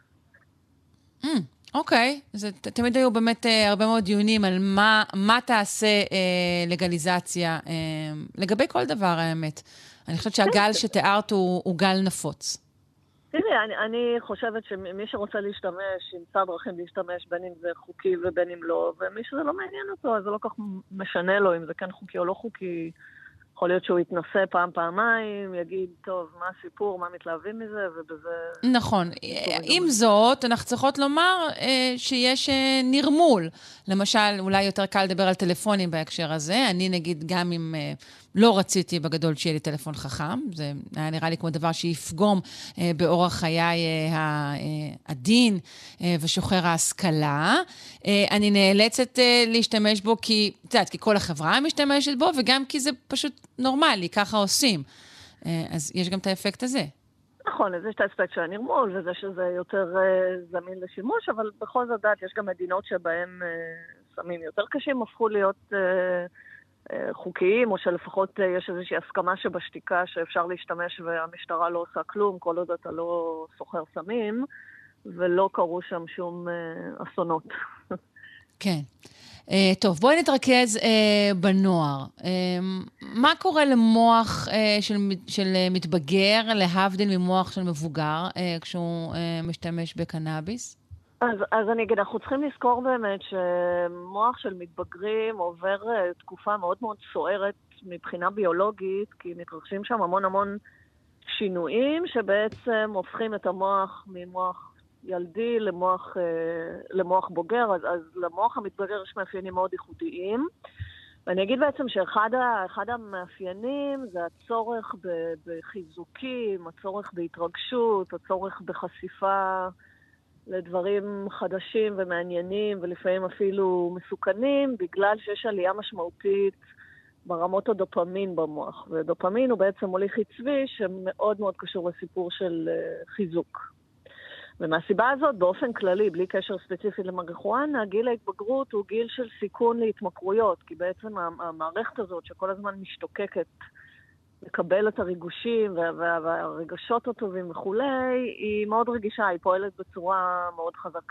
אוקיי, זה תמיד היו באמת הרבה מאוד דיונים על מה, מה תעשה לגליזציה, לגבי כל דבר האמת. אני חושבת שהגל שתיארת הוא, הוא גל נפוץ. תראי, אני, אני חושבת שמי שרוצה להשתמש, ימצא דרכים להשתמש, בין אם זה חוקי ובין אם לא, ומי שזה לא מעניין אותו, אז זה לא כך משנה לו אם זה כן חוקי או לא חוקי. יכול להיות שהוא יתנסה פעם, פעמיים, יגיד, טוב, מה הסיפור, מה מתלהבים מזה, ובזה... נכון. עם זאת, אנחנו צריכות לומר אה, שיש אה, נרמול. למשל, אולי יותר קל לדבר על טלפונים בהקשר הזה. אני נגיד גם אם אה, לא רציתי בגדול שיהיה לי טלפון חכם, זה היה נראה לי כמו דבר שיפגום אה, באורח חיי אה, הדין אה, ושוחר ההשכלה. אה, אני נאלצת אה, להשתמש בו כי, את יודעת, כי כל החברה משתמשת בו, וגם כי זה פשוט נורמלי, ככה עושים. אה, אז יש גם את האפקט הזה. נכון, אז יש את האספקט של הנרמול, וזה שזה יותר uh, זמין לשימוש, אבל בכל זאת דעת, יש גם מדינות שבהן uh, סמים יותר קשים הפכו להיות uh, uh, חוקיים, או שלפחות uh, יש איזושהי הסכמה שבשתיקה שאפשר להשתמש והמשטרה לא עושה כלום, כל עוד אתה לא סוחר סמים, ולא קרו שם שום uh, אסונות. כן. Uh, טוב, בואי נתרכז uh, בנוער. Uh, מה קורה למוח uh, של, של uh, מתבגר, להבדיל ממוח של מבוגר, uh, כשהוא uh, משתמש בקנאביס? אז, אז אני אגיד, אנחנו צריכים לזכור באמת שמוח של מתבגרים עובר uh, תקופה מאוד מאוד סוערת מבחינה ביולוגית, כי מתרחשים שם המון המון שינויים שבעצם הופכים את המוח ממוח ילדי למוח, למוח בוגר, אז, אז למוח המתבגר יש מאפיינים מאוד ייחודיים. ואני אגיד בעצם שאחד ה, אחד המאפיינים זה הצורך בחיזוקים, הצורך בהתרגשות, הצורך בחשיפה לדברים חדשים ומעניינים ולפעמים אפילו מסוכנים, בגלל שיש עלייה משמעותית ברמות הדופמין במוח. ודופמין הוא בעצם מוליך עצבי שמאוד מאוד קשור לסיפור של חיזוק. ומהסיבה הזאת, באופן כללי, בלי קשר ספציפי למריחואנה, גיל ההתבגרות הוא גיל של סיכון להתמכרויות, כי בעצם המערכת הזאת שכל הזמן משתוקקת לקבל את הריגושים וה- והרגשות הטובים וכולי, היא מאוד רגישה, היא פועלת בצורה מאוד חזקה.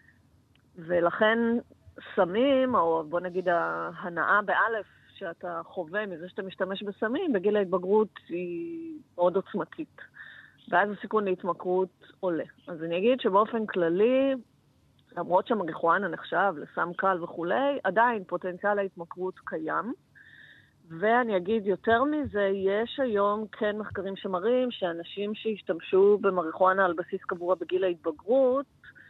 ולכן סמים, או בוא נגיד ההנאה באלף שאתה חווה מזה שאתה משתמש בסמים, בגיל ההתבגרות היא מאוד עוצמתית. ואז הסיכון להתמכרות עולה. אז אני אגיד שבאופן כללי, למרות שהמריחואנה נחשב לסם קל וכולי, עדיין פוטנציאל ההתמכרות קיים. ואני אגיד יותר מזה, יש היום כן מחקרים שמראים שאנשים שהשתמשו במריחואנה על בסיס קבוע בגיל ההתבגרות,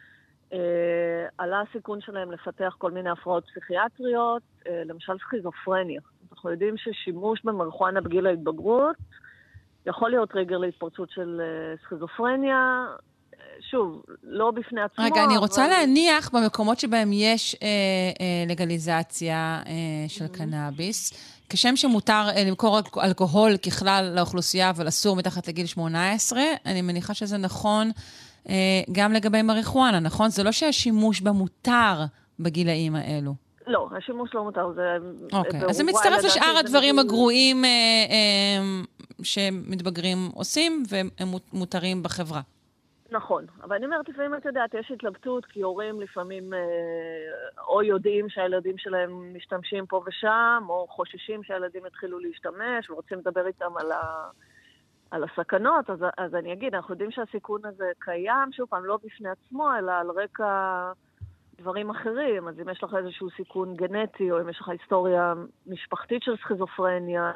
אה, עלה הסיכון שלהם לפתח כל מיני הפרעות פסיכיאטריות, אה, למשל סכיזופרניה. אנחנו יודעים ששימוש במריחואנה בגיל ההתבגרות, יכול להיות טריגר להתפרצות של סכיזופרניה, שוב, לא בפני עצמו. רגע, אני רוצה אבל... להניח במקומות שבהם יש אה, אה, לגליזציה אה, של mm-hmm. קנאביס, כשם שמותר אה, למכור אלכוהול ככלל לאוכלוסייה, אבל אסור מתחת לגיל שמונה עשרה, אני מניחה שזה נכון אה, גם לגבי מריחואנה, נכון? זה לא שהשימוש בה מותר בגילאים האלו. לא, השימוש לא מותר. זה... אוקיי, אז זה מצטרף לשאר הדברים הגרועים אה, אה, שמתבגרים עושים, והם מותרים בחברה. נכון, אבל אני אומרת, לפעמים את יודעת, יש התלבטות, כי הורים לפעמים אה, או יודעים שהילדים שלהם משתמשים פה ושם, או חוששים שהילדים יתחילו להשתמש, ורוצים לדבר איתם על, ה, על הסכנות, אז, אז אני אגיד, אנחנו יודעים שהסיכון הזה קיים, שוב פעם, לא בפני עצמו, אלא על רקע דברים אחרים, אז אם יש לך איזשהו סיכון גנטי, או אם יש לך היסטוריה משפחתית של סכיזופרניה,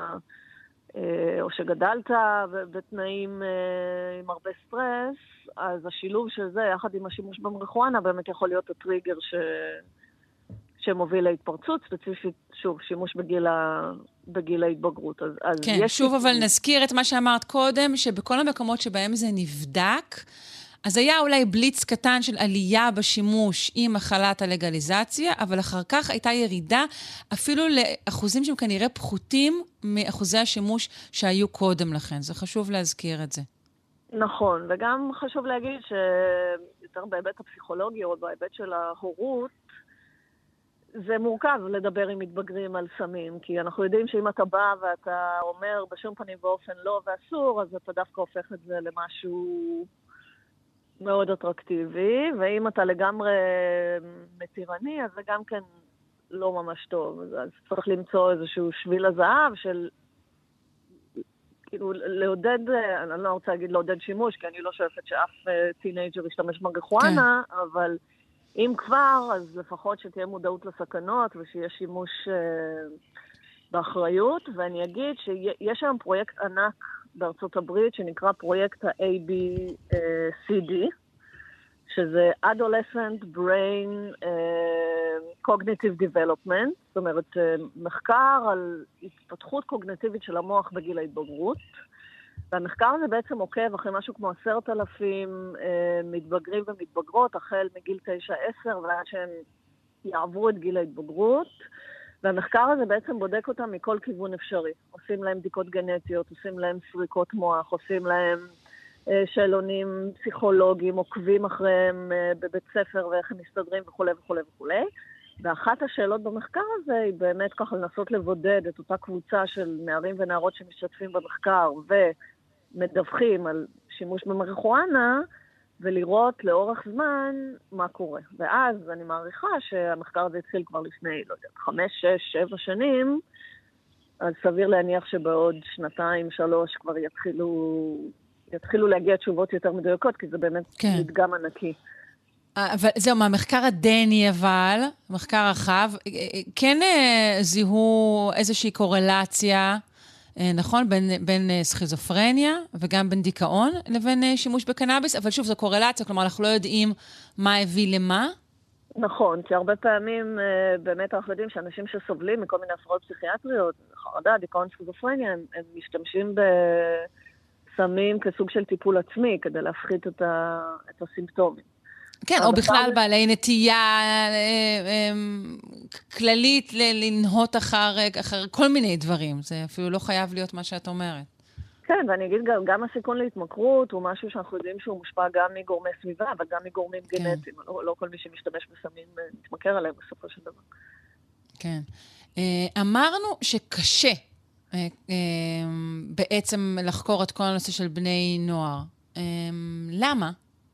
או שגדלת בתנאים עם הרבה סטרס, אז השילוב של זה, יחד עם השימוש במריחואנה, באמת יכול להיות הטריגר ש... שמוביל להתפרצות, ספציפית, שוב, שימוש בגיל, ה... בגיל ההתבגרות. אז, אז כן, שוב, אבל נזכיר את מה שאמרת קודם, שבכל המקומות שבהם זה נבדק, אז היה אולי בליץ קטן של עלייה בשימוש עם החלת הלגליזציה, אבל אחר כך הייתה ירידה אפילו לאחוזים שהם כנראה פחותים מאחוזי השימוש שהיו קודם לכן. זה חשוב להזכיר את זה. נכון, וגם חשוב להגיד שיותר בהיבט הפסיכולוגי או בהיבט של ההורות, זה מורכב לדבר עם מתבגרים על סמים, כי אנחנו יודעים שאם אתה בא ואתה אומר בשום פנים ואופן לא ואסור, אז אתה דווקא הופך את זה למשהו מאוד אטרקטיבי, ואם אתה לגמרי מתירני, אז זה גם כן לא ממש טוב. אז צריך למצוא איזשהו שביל הזהב של, כאילו, לעודד, אני לא רוצה להגיד לעודד שימוש, כי אני לא שואפת שאף טינאג'ר ישתמש במריחואנה, כן. אבל אם כבר, אז לפחות שתהיה מודעות לסכנות, ושיהיה שימוש באחריות, ואני אגיד שיש היום פרויקט ענק, בארצות הברית, שנקרא פרויקט ה-איי בי סי די, שזה Adolescent Brain uh, Cognitive Development, זאת אומרת, uh, מחקר על התפתחות קוגניטיבית של המוח בגיל ההתבגרות, והמחקר הזה בעצם עוקב אחרי משהו כמו עשרת אלפים uh, מתבגרים ומתבגרות, החל מגיל תשע עשר, ועד שהם יעברו את גיל ההתבגרות, והמחקר הזה בעצם בודק אותם מכל כיוון אפשרי. עושים להם בדיקות גנטיות, עושים להם סריקות מוח, עושים להם אה, שאלונים פסיכולוגיים, עוקבים אחריהם אה, בבית ספר ואיך הם מסתדרים וכו' וכו' וכו'. ואחת השאלות במחקר הזה היא באמת ככה לנסות לבודד את אותה קבוצה של נערים ונערות שמשתתפים במחקר ומדווחים על שימוש במריחואנה, ולראות לאורך זמן מה קורה. ואז אני מעריכה שהמחקר הזה התחיל כבר לפני, לא יודע, חמש, שש, שבע שנים, אז סביר להניח שבעוד שנתיים, שלוש, כבר יתחילו, יתחילו להגיע תשובות יותר מדויקות, כי זה באמת כן. מדגם ענקי. אבל זהו, מהמחקר הדני אבל, מחקר רחב, כן זיהו איזושהי קורלציה, נכון, בין, בין סכיזופרניה וגם בין דיכאון לבין שימוש בקנאביס, אבל שוב, זו קורלציה, כלומר, אנחנו לא יודעים מה הביא למה. נכון, כי הרבה פעמים באמת אנחנו יודעים שאנשים שסובלים מכל מיני הפרעות פסיכיאטריות, חרדה, דיכאון, סכיזופרניה, הם, הם משתמשים בסמים כסוג של טיפול עצמי, כדי להפחית את, ה, את הסימפטומים. כן, או בכלל בעלי נטייה כללית לנהות אחר כל מיני דברים. זה אפילו לא חייב להיות מה שאת אומרת. כן, ואני אגיד גם, גם הסיכון להתמכרות הוא משהו שאנחנו יודעים שהוא מושפע גם מגורמי סביבה, אבל גם מגורמים גנטיים. לא, לא כל מי שמשתמש בסמים מתמכר עליהם בסופו של דבר. כן. אמרנו שקשה בעצם לחקור את כל הנושא של בני נוער. למה?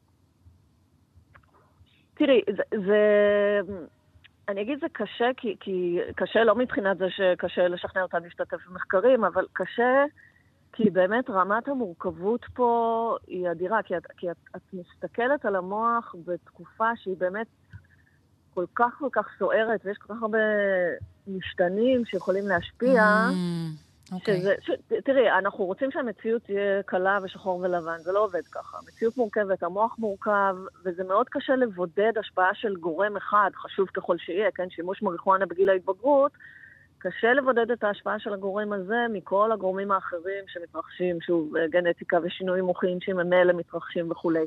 תראי, זה, זה, אני אגיד זה קשה, כי, כי קשה לא מבחינת זה שקשה לשכנע אותם להשתתף במחקרים, אבל קשה כי באמת רמת המורכבות פה היא אדירה, כי את, כי את, את מסתכלת על המוח בתקופה שהיא באמת כל כך כל כך סוערת, ויש כל כך הרבה משתנים שיכולים להשפיע, mm. Okay. שזה, ש, תראי, אנחנו רוצים שהמציאות תהיה קלה ושחור ולבן, זה לא עובד ככה. המציאות מורכבת, המוח מורכב, וזה מאוד קשה לבודד השפעה של גורם אחד, חשוב ככל שיהיה, כן, שימוש מריחואנה בגיל ההתבגרות, קשה לבודד את ההשפעה של הגורם הזה מכל הגורמים האחרים שמתרחשים, שוב, גנטיקה ושינויים מוחיים שממילא מתרחשים וכו'.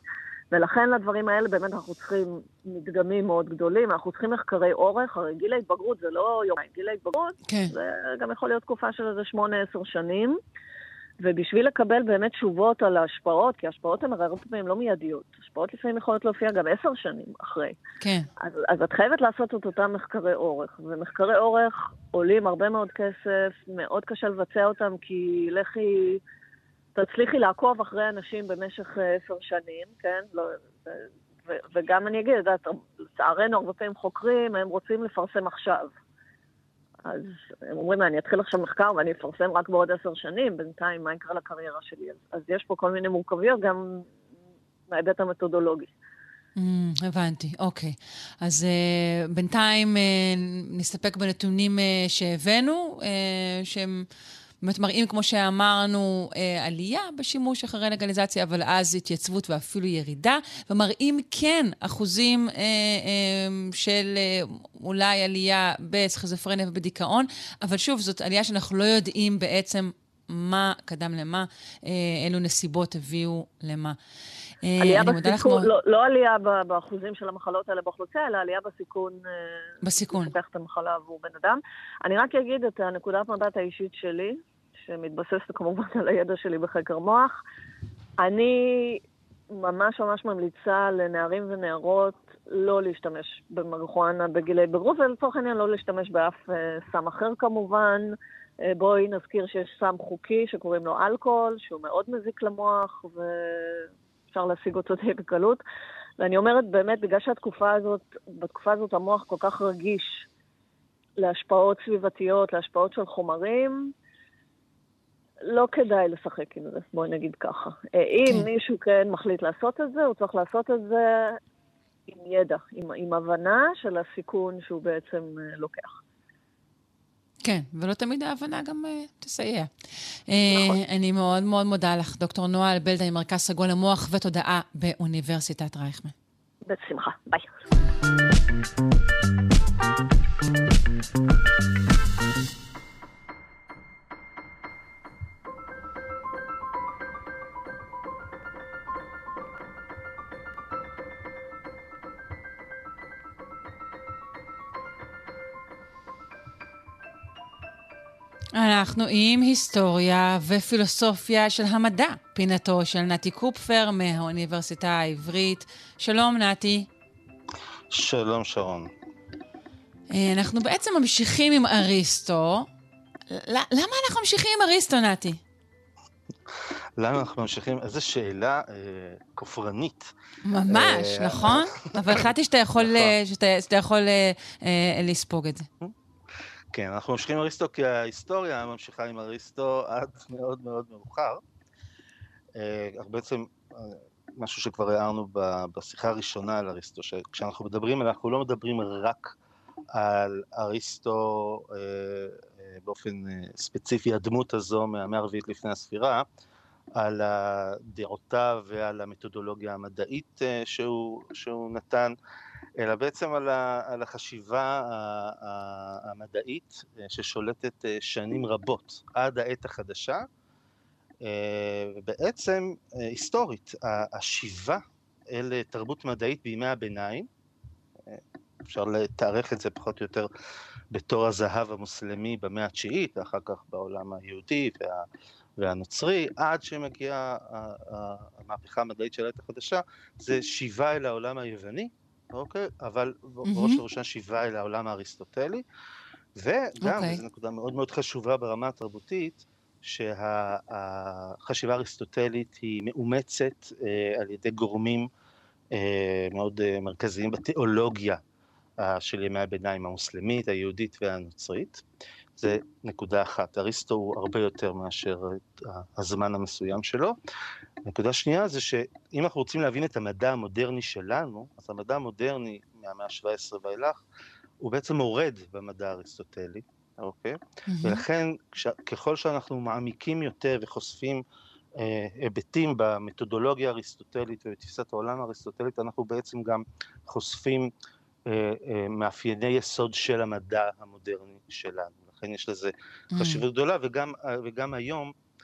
ולכן לדברים האלה באמת אנחנו צריכים מדגמים מאוד גדולים, אנחנו צריכים מחקרי אורך, הרי גיל ההתבגרות זה לא יומיים, גיל ההתבגרות כן. זה גם יכול להיות תקופה של איזה שמונה עשר שנים, ובשביל לקבל באמת תשובות על ההשפעות, כי ההשפעות הן הרבה פעמים לא מיידיות, השפעות לפעמים יכולות להופיע גם עשר שנים אחרי. כן. אז, אז את חייבת לעשות את אותם מחקרי אורך, ומחקרי אורך עולים הרבה מאוד כסף, מאוד קשה לבצע אותם, כי לכי, תצליחי לעקוב אחרי אנשים במשך עשר שנים, כן? לא, ו, ו, וגם אני אגיד, יודעת, לצערנו הרבה פעמים חוקרים, הם רוצים לפרסם עכשיו. אז הם אומרים, אני אתחיל עכשיו מחקר ואני אפרסם רק בעוד עשר שנים, בינתיים מה יקרה לקריירה שלי? אז, אז יש פה כל מיני מורכבויות, גם מההיבט המתודולוגי. Mm, הבנתי, אוקיי. אז uh, בינתיים uh, נסתפק בנתונים uh, שהבאנו, uh, שהם באמת מראים, כמו שאמרנו, uh, עלייה בשימוש אחרי לגליזציה, אבל אז התייצבות ואפילו ירידה, ומראים כן אחוזים uh, uh, של uh, אולי עלייה בסכיזופרניה ובדיכאון, אבל שוב, זאת עלייה שאנחנו לא יודעים בעצם מה קדם למה, uh, אילו נסיבות הביאו למה. עלייה בסיכון, לא, לא עלייה באחוזים של המחלות האלה באוכלוסייה, אלא עלייה בסיכון. בסיכון. לפתח את המחלה עבור בן אדם. אני רק אגיד את הנקודת מבט האישית שלי, שמתבססת כמובן על הידע שלי בחקר מוח. אני ממש ממש ממליצה לנערים ונערות לא להשתמש במריחואנה בגילי בגרות, ולצורך העניין לא להשתמש באף סם אחר כמובן. בואי נזכיר שיש סם חוקי שקוראים לו אלכוהול, שהוא מאוד מזיק למוח, ו... אפשר להשיג אותו די בקלות. ואני אומרת באמת, בגלל שהתקופה הזאת, בתקופה הזאת המוח כל כך רגיש להשפעות סביבתיות, להשפעות של חומרים, לא כדאי לשחק עם זה, בואי נגיד ככה. אם מישהו כן מחליט לעשות את זה, הוא צריך לעשות את זה עם ידע, עם, עם הבנה של הסיכון שהוא בעצם לוקח. כן, ולא תמיד ההבנה גם uh, תסייע. נכון. Uh, אני מאוד מאוד מודה לך, דוקטור נועה אלבלדה, ממרכז סגול למוח ותודעה באוניברסיטת רייכמן. בשמחה, ביי. אנחנו עם היסטוריה ופילוסופיה של המדע, פינתו של נתי קופפר מהאוניברסיטה העברית. שלום נתי. שלום שרון. אנחנו בעצם ממשיכים עם אריסטו. למה אנחנו ממשיכים עם אריסטו, נתי? למה אנחנו ממשיכים? איזו שאלה אה, כופרנית. ממש, אה, נכון? אבל החלטתי שאתה יכול, שאתה, שאתה יכול אה, אה, לספוג את זה. כן, אנחנו ממשיכים עם אריסטו כי ההיסטוריה ממשיכה עם אריסטו עד מאוד מאוד מאוחר. בעצם משהו שכבר הערנו בשיחה הראשונה על אריסטו, שכשאנחנו מדברים, אנחנו לא מדברים רק על אריסטו באופן ספציפי, הדמות הזו מהמאה הרביעית לפני הספירה, על הדעותיו ועל המתודולוגיה המדעית שהוא, שהוא נתן, אלא בעצם על, ה, על החשיבה המדעית ששולטת שנים רבות עד העת החדשה, ובעצם היסטורית, השיבה אל תרבות מדעית בימי הביניים, אפשר לתארך את זה פחות או יותר בתור הזהב המוסלמי במאה התשיעית, ואחר כך בעולם היהודי וה, והנוצרי, עד שמגיעה המהפכה המדעית של העת החדשה, זה שיבה אל העולם היווני, אוקיי, אבל בראש ובראשונה שיבה אל העולם האריסטוטלי, וגם, וזו נקודה מאוד מאוד חשובה ברמה התרבותית, שהחשיבה האריסטוטלית היא מאומצת על ידי גורמים מאוד מרכזיים בתיאולוגיה של ימי הביניים המוסלמית, היהודית והנוצרית. זה נקודה אחת. אריסטו הוא הרבה יותר מאשר הזמן המסוים שלו. נקודה שנייה זה שאם אנחנו רוצים להבין את המדע המודרני שלנו, אז המדע המודרני מהמאה ה-שבע עשרה ואילך, הוא בעצם מורד במדע האריסטוטלי, אוקיי? Mm-hmm. ולכן כש, ככל שאנחנו מעמיקים יותר וחושפים אה, היבטים במתודולוגיה האריסטוטלית ובתפיסת העולם האריסטוטלית, אנחנו בעצם גם חושפים אה, אה, מאפייני יסוד של המדע המודרני שלנו. לכן יש לזה חשיבות גדולה, וגם, וגם היום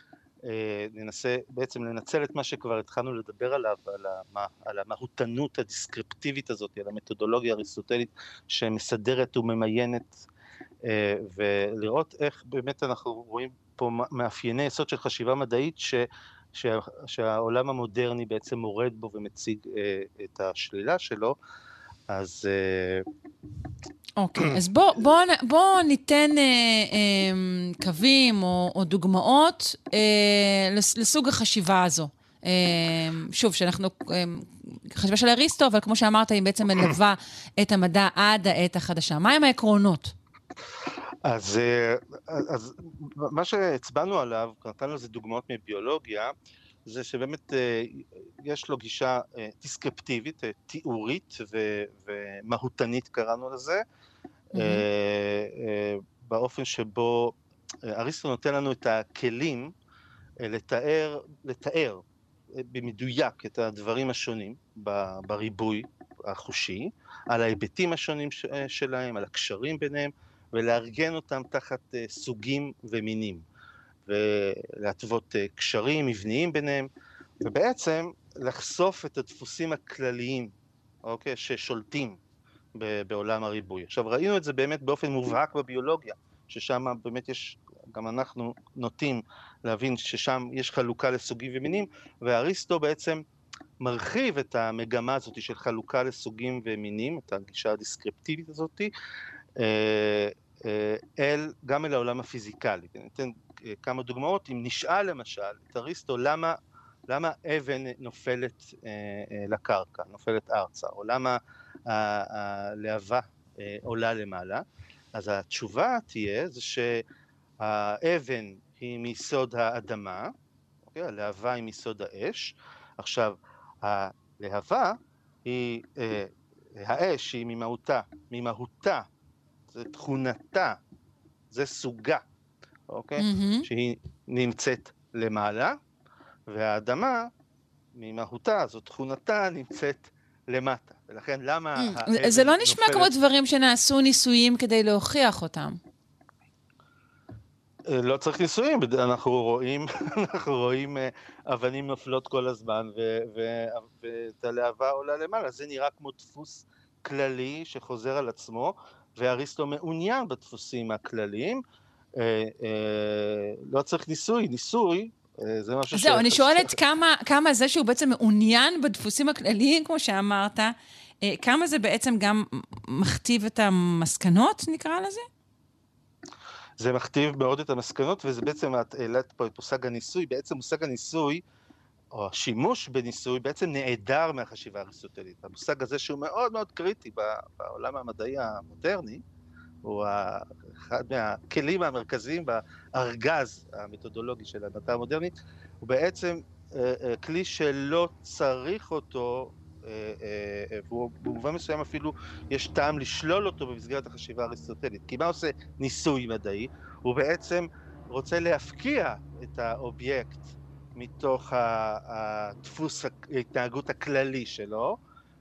ננסה בעצם לנצל את מה שכבר התחלנו לדבר עליו, על, המה, על המהותנות הדיסקריפטיבית הזאת, על המתודולוגיה האריסטוטלית שמסדרת וממיינת, ולראות איך באמת אנחנו רואים פה מאפייני יסוד של חשיבה מדעית ש, שה, שהעולם המודרני בעצם מורד בו ומציג את השלילה שלו. אז אוקיי, okay, אז בוא, בוא, בוא ניתן אה, אה, קווים או, או דוגמאות אה, לסוג החשיבה הזו. אה, שוב, שאנחנו, אה, חשיבה של אריסטו, אבל כמו שאמרת, היא בעצם מלווה את המדע עד העת החדשה. מה הם העקרונות? אז, אז מה שהצבענו עליו, נתנו לזה דוגמאות מביולוגיה, זה שבאמת יש לו גישה דיסקריפטיבית, תיאורית ומהותנית קראנו לזה, mm-hmm. באופן שבו אריסטו נותן לנו את הכלים לתאר, לתאר במדויק את הדברים השונים בריבוי החושי, על ההיבטים השונים שלהם, על הקשרים ביניהם, ולארגן אותם תחת סוגים ומינים. ולהטוות קשרים מבניים ביניהם, ובעצם לחשוף את הדפוסים הכלליים, אוקיי, ששולטים בעולם הריבוי. עכשיו ראינו את זה באמת באופן מובהק בביולוגיה, ששם באמת יש, גם אנחנו נוטים להבין ששם יש חלוקה לסוגים ומינים, ואריסטו בעצם מרחיב את המגמה הזאת של חלוקה לסוגים ומינים, את הגישה הדיסקריפטיבית הזאת, אל, גם אל העולם הפיזיקלי. ניתן כמה דוגמאות. אם נשאל למשל את אריסטו למה, למה אבן נופלת אה, אה, לקרקע, נופלת ארצה, או למה הלהבה אה, עולה למעלה, אז התשובה תהיה זה שהאבן היא מיסוד האדמה, אוקיי? הלהבה היא מיסוד האש. עכשיו, הלהבה היא, אה, האש היא ממהותה, ממהותה, זה תכונתה, זה סוגה, אוקיי? Mm-hmm. שהיא נמצאת למעלה, והאדמה, ממהותה, זו תכונתה, נמצאת למטה. ולכן למה... Mm. זה לא נשמע נופלת... כמו דברים שנעשו ניסויים כדי להוכיח אותם. לא צריך ניסויים, אנחנו רואים, אנחנו רואים אבנים נופלות כל הזמן, ואת הלהבה עולה למעלה. זה נראה כמו דפוס כללי שחוזר על עצמו, ואריסטו מעוניין בדפוסים הכלליים, אה, אה, לא צריך ניסוי, ניסוי, אה, זה משהו ש... זהו, אני שואלת כמה, כמה זה שהוא בעצם מעוניין בדפוסים הכלליים, כמו שאמרת, אה, כמה זה בעצם גם מכתיב את המסקנות, נקרא לזה? זה מכתיב מאוד את המסקנות, וזה בעצם, את העלית פה את מושג הניסוי, בעצם מושג הניסוי, או השימוש בניסוי, בעצם נעדר מהחשיבה האריסטוטלית. המושג הזה שהוא מאוד מאוד קריטי בעולם המדעי המודרני, הוא אחד מהכלים המרכזיים בארגז המתודולוגי של המדע המודרני, הוא בעצם כלי שלא צריך אותו, והוא במובן מסוים אפילו יש טעם לשלול אותו במסגרת החשיבה האריסטוטלית. כי מה עושה ניסוי מדעי? הוא בעצם רוצה להפקיע את האובייקט מתוך הדפוס ההתנהגות הכללי שלו,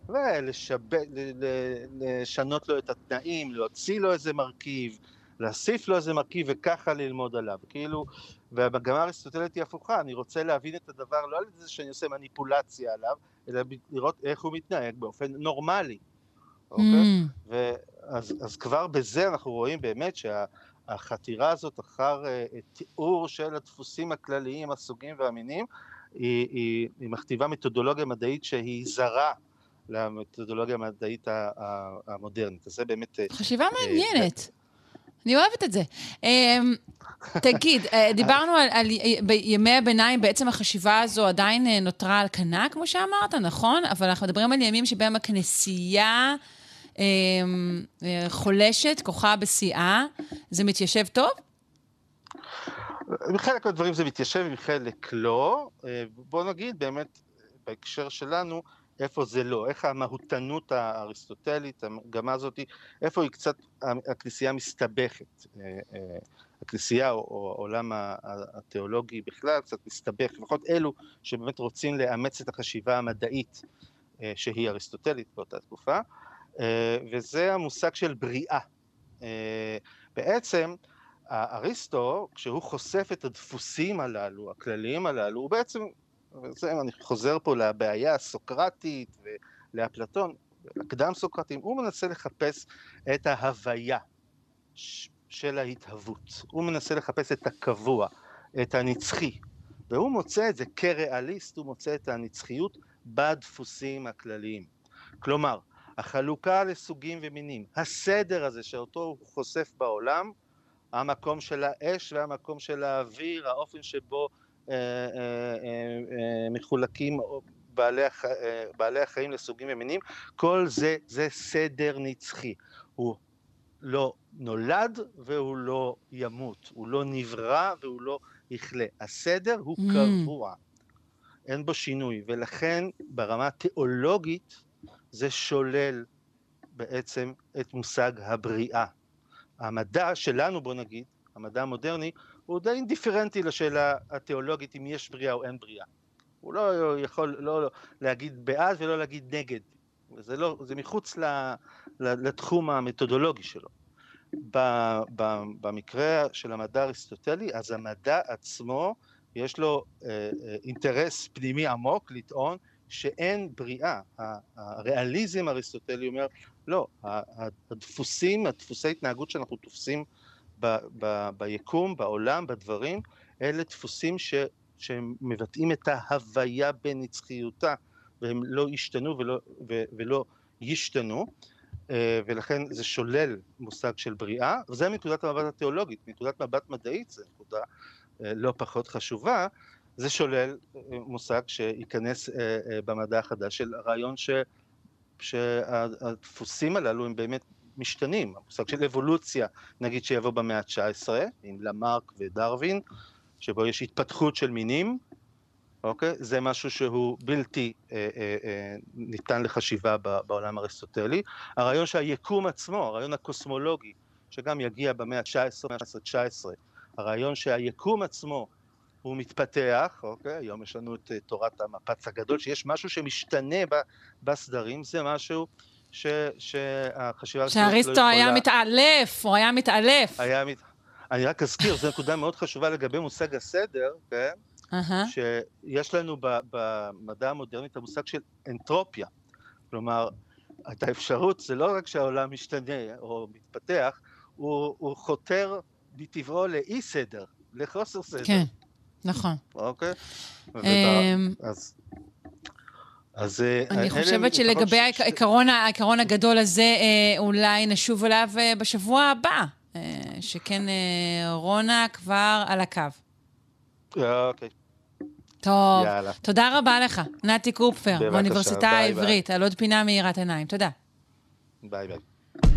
ולשנות לו את התנאים, להוציא לו איזה מרכיב, להוסיף לו איזה מרכיב וככה ללמוד עליו. כאילו, והמגמה האריסטוטלית היא הפוכה, אני רוצה להבין את הדבר לא על זה שאני עושה מניפולציה עליו, אלא לראות איך הוא מתנהג באופן נורמלי. אוקיי? Mm. ואז, אז כבר בזה אנחנו רואים באמת שהחתירה הזאת אחר uh, תיאור של הדפוסים הכלליים, הסוגים והמינים, היא, היא, היא מכתיבה מתודולוגיה מדעית שהיא זרה למתודולוגיה המדעית המודרנית. אז זה באמת... חשיבה מעניינת. אני אוהבת את זה. תגיד, דיברנו על, על בימי הביניים, בעצם החשיבה הזו עדיין נותרה על כנה, כמו שאמרת, נכון? אבל אנחנו מדברים על ימים שבהם הכנסייה חולשת, כוחה בשיאה. זה מתיישב טוב? בחלק מהדברים זה מתיישב, בחלק לא. בוא נגיד, באמת, בהקשר שלנו, איפה זה לא, איך המהותנות האריסטוטלית, המגמה הזאת, איפה היא קצת, הכנסייה מסתבכת, הכנסייה או העולם התיאולוגי בכלל קצת מסתבך, לפחות אלו שבאמת רוצים לאמץ את החשיבה המדעית שהיא אריסטוטלית באותה תקופה, וזה המושג של בריאה. בעצם אריסטו, כשהוא חושף את הדפוסים הללו, הכלליים הללו, הוא בעצם, וזה, אני חוזר פה לבעיה הסוקרטית ולאפלטון, הקדם סוקרטים, הוא מנסה לחפש את ההוויה של ההתהוות, הוא מנסה לחפש את הקבוע, את הנצחי, והוא מוצא את זה כריאליסט, הוא מוצא את הנצחיות בדפוסים הכלליים. כלומר, החלוקה לסוגים ומינים, הסדר הזה שאותו הוא חושף בעולם, המקום של האש והמקום של האוויר, האופן שבו אה, אה, אה, אה, מחולקים בעלי, הח, אה, בעלי החיים לסוגים ומינים, כל זה זה סדר נצחי. הוא לא נולד והוא לא ימות, הוא לא נברא והוא לא יחלה. הסדר הוא mm. קבוע, אין בו שינוי, ולכן ברמה תיאולוגית זה שולל בעצם את מושג הבריאה. המדע שלנו, בוא נגיד, המדע המודרני, הוא די אינדיפרנטי לשאלה התיאולוגית אם יש בריאה או אין בריאה. הוא לא יכול לא, לא, להגיד בעד ולא להגיד נגד. זה, לא, זה מחוץ ל, ל, לתחום המתודולוגי שלו. ב, ב, במקרה של המדע האריסטוטלי, אז המדע עצמו יש לו אה, אה, אינטרס פנימי עמוק לטעון שאין בריאה. הריאליזם האריסטוטלי אומר, לא, הדפוסים, הדפוסי התנהגות שאנחנו תופסים ב, ב, ביקום, בעולם, בדברים, אלה דפוסים ש, שמבטאים את ההוויה בנצחיותה, והם לא ישתנו ולא, ו, ולא ישתנו, ולכן זה שולל מושג של בריאה, וזה מנקודת המבט התיאולוגית. מנקודת מבט מדעית, זה נקודה לא פחות חשובה, זה שולל מושג שייכנס במדע החדש של הרעיון ש, שהדפוסים הללו הם באמת משתנים. המושג של אבולוציה, נגיד שיבוא במאה ה-תשע עשרה, עם למארק ודרווין, שבו יש התפתחות של מינים, אוקיי? זה משהו שהוא בלתי אה, אה, אה, ניתן לחשיבה בעולם האריסטוטלי. הרעיון שהיקום עצמו, הרעיון הקוסמולוגי, שגם יגיע במאה ה-תשע עשרה, תשע עשרה, הרעיון שהיקום עצמו הוא מתפתח, אוקיי? היום יש לנו את תורת המפץ הגדול, שיש משהו שמשתנה בסדרים, זה משהו ש, שהחשיבה... שהאריסטו לא היה יכולה... מתעלף, הוא היה מתעלף. היה מת... אני רק אזכיר, זו נקודה מאוד חשובה לגבי מושג הסדר, כן? Uh-huh. שיש לנו במדע המודרני את המושג של אנטרופיה. כלומר, את האפשרות, זה לא רק שהעולם משתנה או מתפתח, הוא, הוא חותר בטבעו לאי סדר, לחוסר סדר. כן, נכון. אוקיי? אז... אז אני חושבת שלגבי העיקרון הגדול הזה, אולי נשוב אליו בשבוע הבא, שכן רונה כבר על הקו. אוקיי. טוב, תודה רבה לך, נתי קופפר, באוניברסיטה העברית, על עוד פינה מאירת עיניים. תודה. ביי ביי.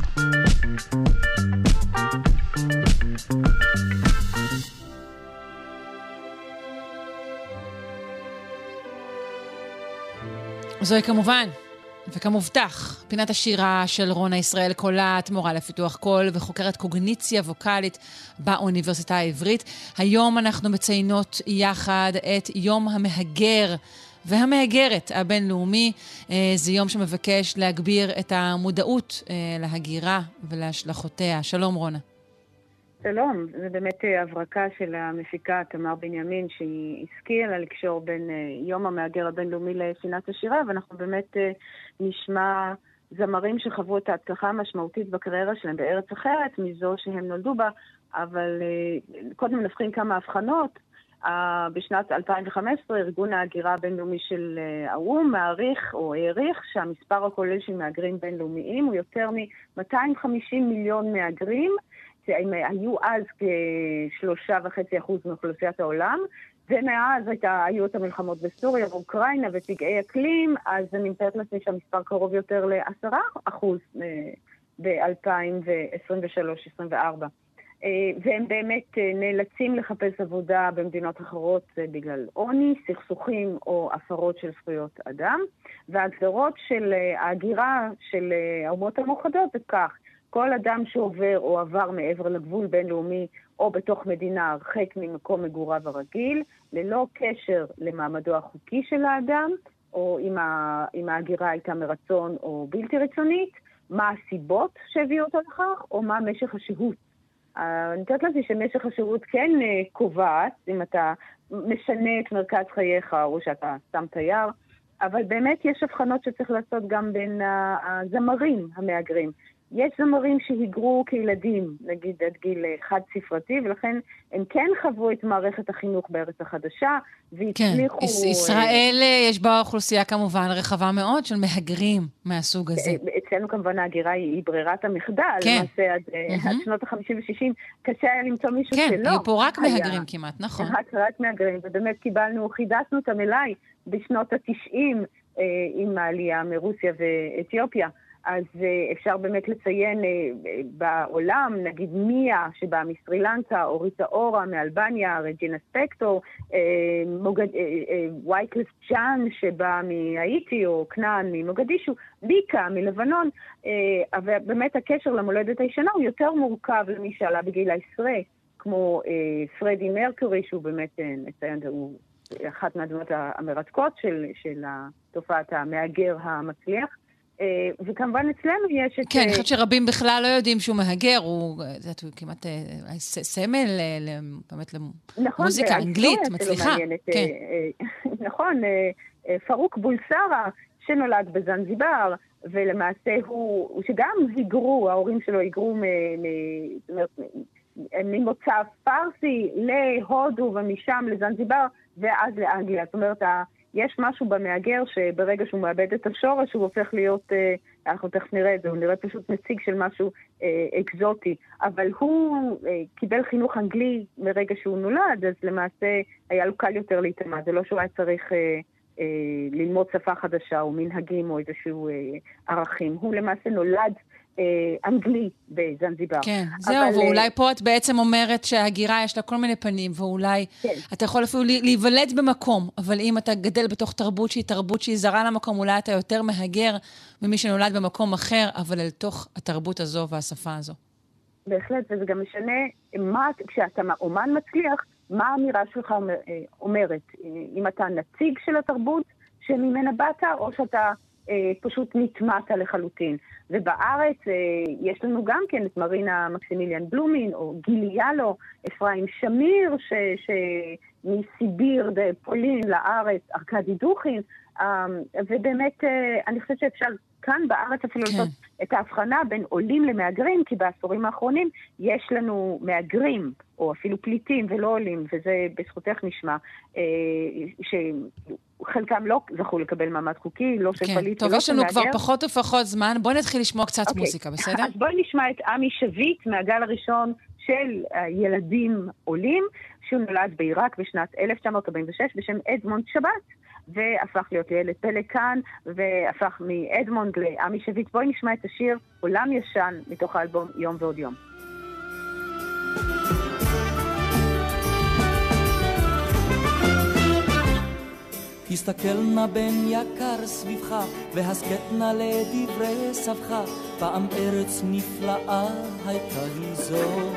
זוהי כמובן, וכמובטח, פינת השירה של רונה ישראל קולט, מורה לפיתוח קול וחוקרת קוגניציה ווקלית באוניברסיטה העברית. היום אנחנו מציינות יחד את יום המהגר והמהגרת הבינלאומי. זה יום שמבקש להגביר את המודעות להגירה ולהשלכותיה. שלום רונה. שלום, זה באמת הברקה של המפיקה תמר בנימין, שהיא השכילה לקשור בין יום המהגר הבינלאומי לפינת השירה, ואנחנו באמת נשמע זמרים שחוו את ההצלחה המשמעותית בקריירה שלהם בארץ אחרת מזו שהם נולדו בה, אבל קודם נבחין כמה הבחנות. בשנת אלפיים וחמש עשרה ארגון ההגירה הבינלאומי של האו"ם מעריך או העריך שהמספר הכולל של מהגרים בינלאומיים הוא יותר מ-מאתיים וחמישים מיליון מהגרים, הם היו אז כשלושה וחצי אחוז מאוכלוסיית העולם, ומאז הייתה, היו את המלחמות בסוריה ואוקראינה ופגעי אקלים, אז אני מתארת לעצמי שהמספר קרוב יותר לעשרה אחוז ב-אלפיים עשרים ושלוש עשרים וארבע. והם באמת נאלצים לחפש עבודה במדינות אחרות בגלל עוני, סכסוכים או הפרות של זכויות אדם, וההגדרות של ההגירה של האומות המאוחדות זה כך, כל אדם שעובר או עבר מעבר לגבול בינלאומי או בתוך מדינה הרחק ממקום מגוריו הרגיל, ללא קשר למעמדו החוקי של האדם, או אם, ה... אם ההגירה הייתה מרצון או בלתי רצונית, מה הסיבות שהביאו אותו לכך, או מה משך השהות אני יודעת לזה שמשך השירות כן קובעת, אם אתה משנה את מרכז חייך או שאתה סתם תייר, אבל באמת יש הבחנות שצריך לעשות גם בין הזמרים המאגרים. יש זמרים שהיגרו כילדים, נגיד עד גיל חד ספרתי, ולכן הם כן חוו את מערכת החינוך בארץ החדשה, והצליחו... כן, ישראל יש בה אוכלוסייה כמובן רחבה מאוד של מהגרים מהסוג הזה. אצלנו כמובן ההגירה היא ברירת המחדל, למעשה עד שנות ה-חמישים ו-שישים, קשה היה למצוא מישהו שלא. כן, היו פה רק מהגרים כמעט, נכון. רק מהגרים, ובאמת קיבלנו, חידשנו את המלאי בשנות ה-תשעים עם העלייה מרוסיה ואתיופיה. אז אפשר באמת לציין בעולם, נגיד מיה שבאה מסרילנקה, אוריטה אורה מאלבניה, רג'ינה ספקטור, וייקלף ג'אן שבאה מהאיטי או כנען ממוגדישו, ביקה מלבנון, אבל באמת הקשר למולדת הישנה הוא יותר מורכב למי שעלה בגיל העשרה, כמו פרדי מרקורי, שהוא באמת נציין, הוא אחת מהדמות המרתקות של, של תופעת המאגר המצליח, וכמובן אצלנו יש את... כן, אני חושבת שרבים בכלל לא יודעים שהוא מהגר, הוא כמעט סמל באמת למוזיקה אנגלית, מצליחה. נכון, פרוק בולסרה, שנולד בזנזיבר, ולמעשה הוא, שגם היגרו, ההורים שלו היגרו ממוצא פרסי להודו ומשם לזנזיבר, ואז לאנגליה. זאת אומרת, יש משהו במאגר שברגע שהוא מאבד את השורש, הוא הופך להיות, אנחנו תכף נראה את זה, הוא נראה פשוט נציג של משהו אקזוטי. אבל הוא קיבל חינוך אנגלי מרגע שהוא נולד, אז למעשה היה לו קל יותר להתאמה. זה לא שהוא היה צריך ללמוד שפה חדשה או מנהגים או איזשהו ערכים. הוא למעשה נולד אנגלי בזנזיבר. כן, זהו, ואולי פה את בעצם אומרת שההגירה יש לה כל מיני פנים, ואולי אתה יכול אפילו להיוולד במקום, אבל אם אתה גדל בתוך תרבות שהיא תרבות שהיא זרה למקום, אולי אתה יותר מהגר ממי שנולד במקום אחר, אבל אל תוך התרבות הזו והשפה הזו. בהחלט, וזה גם משנה מה, כשאתה אומן מצליח, מה האמירה שלך אומרת. אם אתה נציג של התרבות שממנה באת, או שאתה פשוט נטמעת לחלוטין. ובארץ יש לנו גם כן את מרינה מקסימיליאן בלומין, או גילי יאלו, אפרים שמיר, שמסיביר פולין לארץ, ארכדי דוכין, ובאמת אני חושבת שאפשר כאן בארץ אפילו כן. לעשות את ההבחנה בין עולים למאגרים, כי בעשורים האחרונים יש לנו מאגרים, או אפילו פליטים ולא עולים, וזה בזכותך נשמע, שחלקם לא זכו לקבל מעמד חוקי, לא של כן. פליט טוב, יש לנו כבר פחות ופחות זמן, בואי נתחיל לשמוע קצת okay. מוזיקה, בסדר? אז בואי נשמע את עמי שביט מהגל הראשון של ילדים עולים, שהוא נולד בעיראק בשנת אלף תשע מאות ארבעים ושש בשם אדמונד שבת, והפך להיות לילד פלקן, והפך מאדמונד לעמי שביט. בואי נשמע את השיר עולם ישן מתוך האלבום יום ועוד יום. הסתכל נא בן יקר סביבך, והסכת נא לדברי סבך, פעם ארץ נפלאה הייתה היא זו.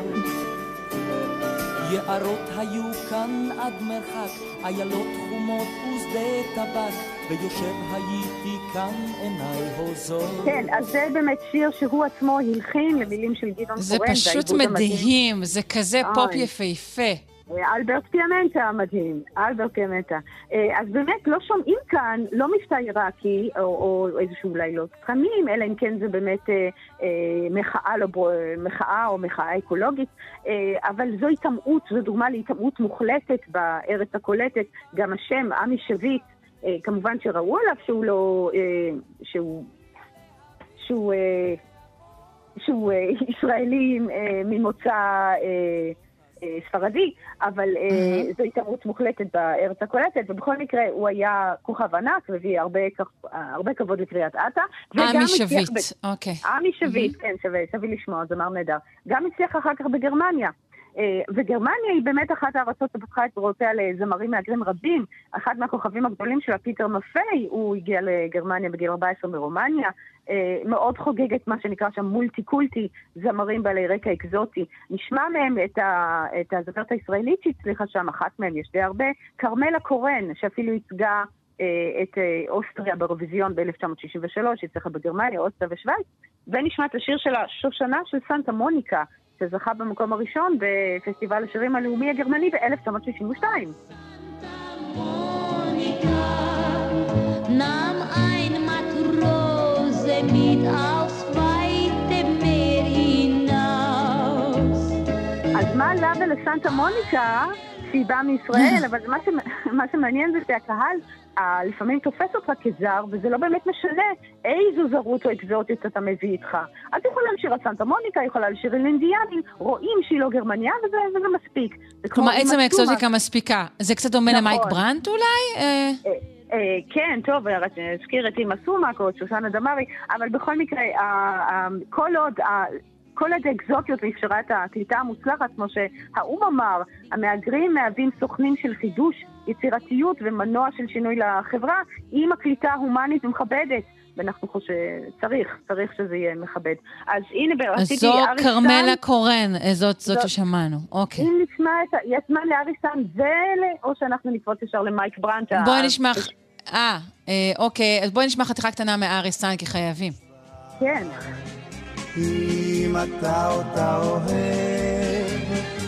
יערות היו כאן עד מרחק, איילות חומות ושדה טבק, ויושב הייתי כאן עיניי הוזות. כן, אז זה באמת שיר שהוא עצמו הלחין למילים של גדעון קורן. זה פשוט מדהים, זה כזה פופ יפהפה. אלברט פיאמנטה מדהים, אלברט פיאמנטה. אז באמת לא שומעים כאן, לא מבטא עיראקי, או, או איזשהו לילות תכנים, אלא אם כן זה באמת מחאה, מחאה או מחאה אקולוגית, אבל זו התאמות, זו דוגמה להתאמות מוחלטת בארץ הקולטת, גם השם עמי שביט, כמובן שראו עליו שהוא לא, שהוא, שהוא, שהוא ישראלי ממוצא ספרדי, אבל mm-hmm. זו התאמות מוחלטת בארץ הקולטת, ובכל מקרה הוא היה כוכב ענק, והביא הרבה, הרבה כבוד לקריאת אתא. עמי שביט, אוקיי. עמי שביט, כן, שווה, שווה לשמוע, זה אמר נהדר. גם הצליח אחר כך בגרמניה. וגרמניה היא באמת אחת הארצות שפתחה את זרועותיה לזמרים מהגרים רבים. אחד מהכוכבים הגדולים שלה, פיטר מפאי, הוא הגיע לגרמניה בגיל ארבע עשרה מרומניה, מאוד חוגגת מה שנקרא שם מולטי קולטי, זמרים בעלי רקע אקזוטי. נשמע מהם את, ה, את הזמרת הישראלית שהצליחה שם, אחת מהם, יש די הרבה, קרמלה קורן, שאפילו ייצגה את אוסטריה באירוויזיון ב-אלף תשע מאות שישים ושלוש, הצליחה בגרמניה, אוסטריה ושוויץ, ונשמע את השיר שלה, שושנה של סנטה מוניקה, שזכה במקום הראשון בפסטיבל השירים הלאומי הגרמני ב-אלף תשע מאות שישים ושתיים. Nahm ein Matrose mit aufs weite Meer hinaus. אז מה לה ולסנטה מוניקה, שהיא באה מישראל, אבל מה, ש... מה שמעניין זה שהקהל לפעמים תופס אותך כזר, וזה לא באמת משנה איזו זרות או אקזוטית אתה מביא איתך. אז יכולה לשיר על סנטה מוניקה, יכולה לשיר על אינדיאנים, רואים שהיא לא גרמניה, וזה, וזה מספיק. כלומר, עצם האקזוטיקה מספיקה. זה קצת דומה נכון. למייק ברנט אולי? אה... כן, טוב, הזכיר את אימא סומק או שושנה דמרי, אבל בכל מקרה, כל עוד, כל עוד האקזוטיות ואפשרה את הקליטה המוצלחת, כמו שהאום אמר, המהגרים מהווים סוכנים של חידוש, יצירתיות ומנוע של שינוי לחברה, עם הקליטה הומנית ומכבדת. ואנחנו חושב, צריך, צריך שזה יהיה מכבד. אז הנה, אז זו קרמלה קורן, זאת, זאת ששמענו, אוקיי. אם נשמע את, יש זמן לאריסן או שאנחנו נקפוץ ישר למייק ברנט. בואי נשמע, אה, אוקיי, אז בואי נשמע חתיכה קטנה מאריסן, כי חייבים. כן. אם אתה אותה אוהב,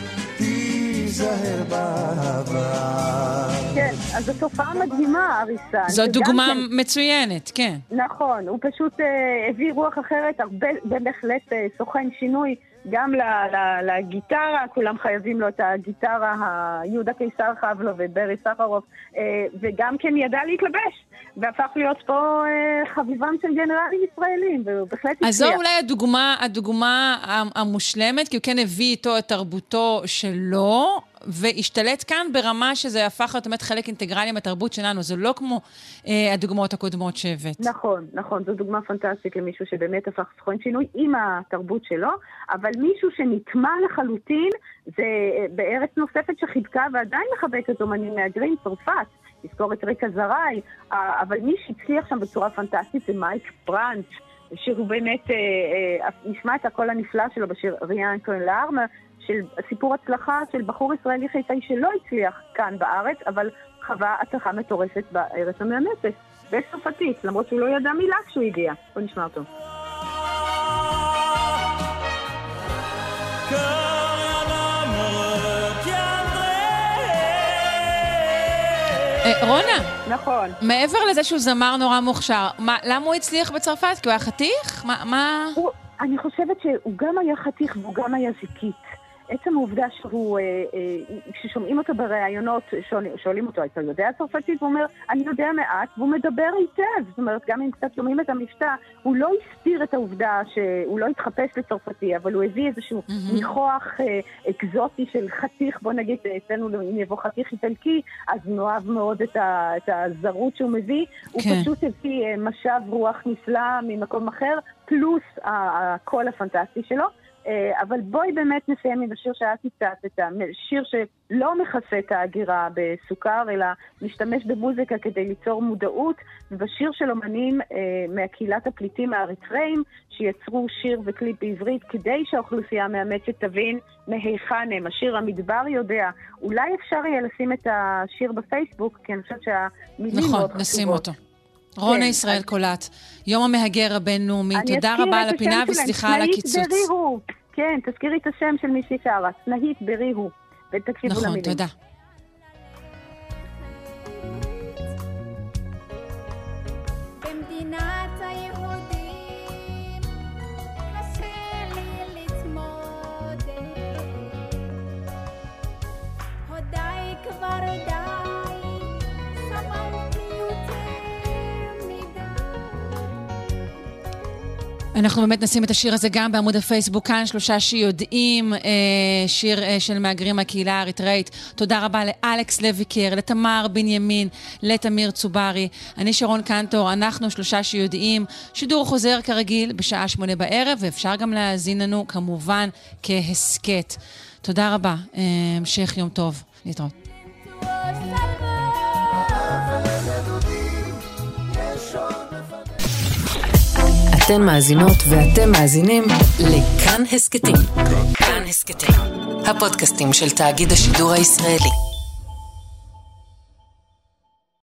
תיזהר בעבר. כן, אז זו תופעה מדהימה, אריסן. זו דוגמה כן, מצוינת, כן. נכון, הוא פשוט אה, הביא רוח אחרת, הרבה בהחלט אה, סוכן שינוי, גם לגיטרה, כולם חייבים לו את הגיטרה, היהודה קיסר חייב לו וברי סחרוף, וגם כן ידע להתלבש, והפך להיות פה חביבם של גנרלים ישראלים, והוא בהחלט הצליח. אז זו אולי הדוגמה, הדוגמה המושלמת, כי הוא כן הביא איתו את תרבותו שלו, והשתלט כאן ברמה שזה הפך להיות באמת חלק אינטגרלי מהתרבות שלנו, זה לא כמו אה, הדוגמאות הקודמות שהבאת. נכון, נכון, זו דוגמה פנטסטית למישהו שבאמת הפך סוכן שינוי עם התרבות שלו, אבל מישהו שנטמע לחלוטין, זה בארץ נוספת שחיבקה ועדיין מחבקת אומנים מהגרים, צרפת, לזכור את ריקה זרעי, אבל מי שהצליח שם בצורה פנטסטית זה מייק ברנט, שהוא באמת, אה, אה, נשמע את הקול הנפלא שלו בשיר ריאן כהן לארמה, של סיפור הצלחה של בחור ישראלי חיפאי שלא הצליח כאן בארץ, אבל חווה הצלחה מטורפת בארץ המאמצת, וצרפתית, למרות שהוא לא ידע מילה כשהוא הגיע. בוא נשמע אותו. רונה, נכון. מעבר לזה שהוא זמר נורא מוכשר, למה הוא הצליח בצרפת? כי הוא היה חתיך? מה? אני חושבת שהוא גם היה חתיך והוא גם היה זיקית. עצם העובדה שהוא, כששומעים אותו בראיונות, שואלים אותו, אתה יודע צרפתית? הוא אומר, אני יודע מעט, והוא מדבר היטב. זאת אומרת, גם אם קצת שומעים את המשתה, הוא לא הסתיר את העובדה שהוא לא התחפש לצרפתי, אבל הוא הביא איזשהו ניחוח אקזוטי של חתיך, בוא נגיד, אצלנו אם יבוא חתיך איטלקי, אז נאהב מאוד את הזרות שהוא מביא. הוא פשוט הביא משב רוח נפלא ממקום אחר, פלוס הקול הפנטסטי שלו. אבל בואי באמת נסיים עם השיר שאת הצעת, את השיר שלא מכסה את ההגירה בסוכר, אלא משתמש במוזיקה כדי ליצור מודעות, ובשיר של אומנים מהקהילת הפליטים האריתראים, שיצרו שיר וקליפ בעברית, כדי שהאוכלוסייה המאמצת תבין מהיכן הם. השיר המדבר יודע, אולי אפשר יהיה לשים את השיר בפייסבוק, כי אני חושבת שהמילים מאוד חשובות. נכון, נשים אותו. רונה ישראל קולט, יום המהגר הבינלאומי, תודה רבה על הפינה וסליחה על הקיצוץ. כן, תזכירי את השם של מי ששרה, נהית בריהו, ותקשיבו למילים. נכון, תודה. במדינת היהודים קשה לי לתמודד, הודי כבר די אנחנו באמת נשים את השיר הזה גם בעמוד הפייסבוק, כאן שלושה שיודעים, שיר של מהגרים מהקהילה האריתראית. תודה רבה לאלכס לויקר, לתמר בנימין, לתמיר צוברי. אני שרון קנטור, אנחנו שלושה שיודעים. שידור חוזר כרגיל בשעה שמונה בערב, ואפשר גם להאזין לנו כמובן כהסקט. תודה רבה, המשך יום טוב, להתראות. אתן מאזינות ואתם מאזינים לכאן הסקטים. כאן הסקטים, הפודקאסטים של תאגיד השידור הישראלי.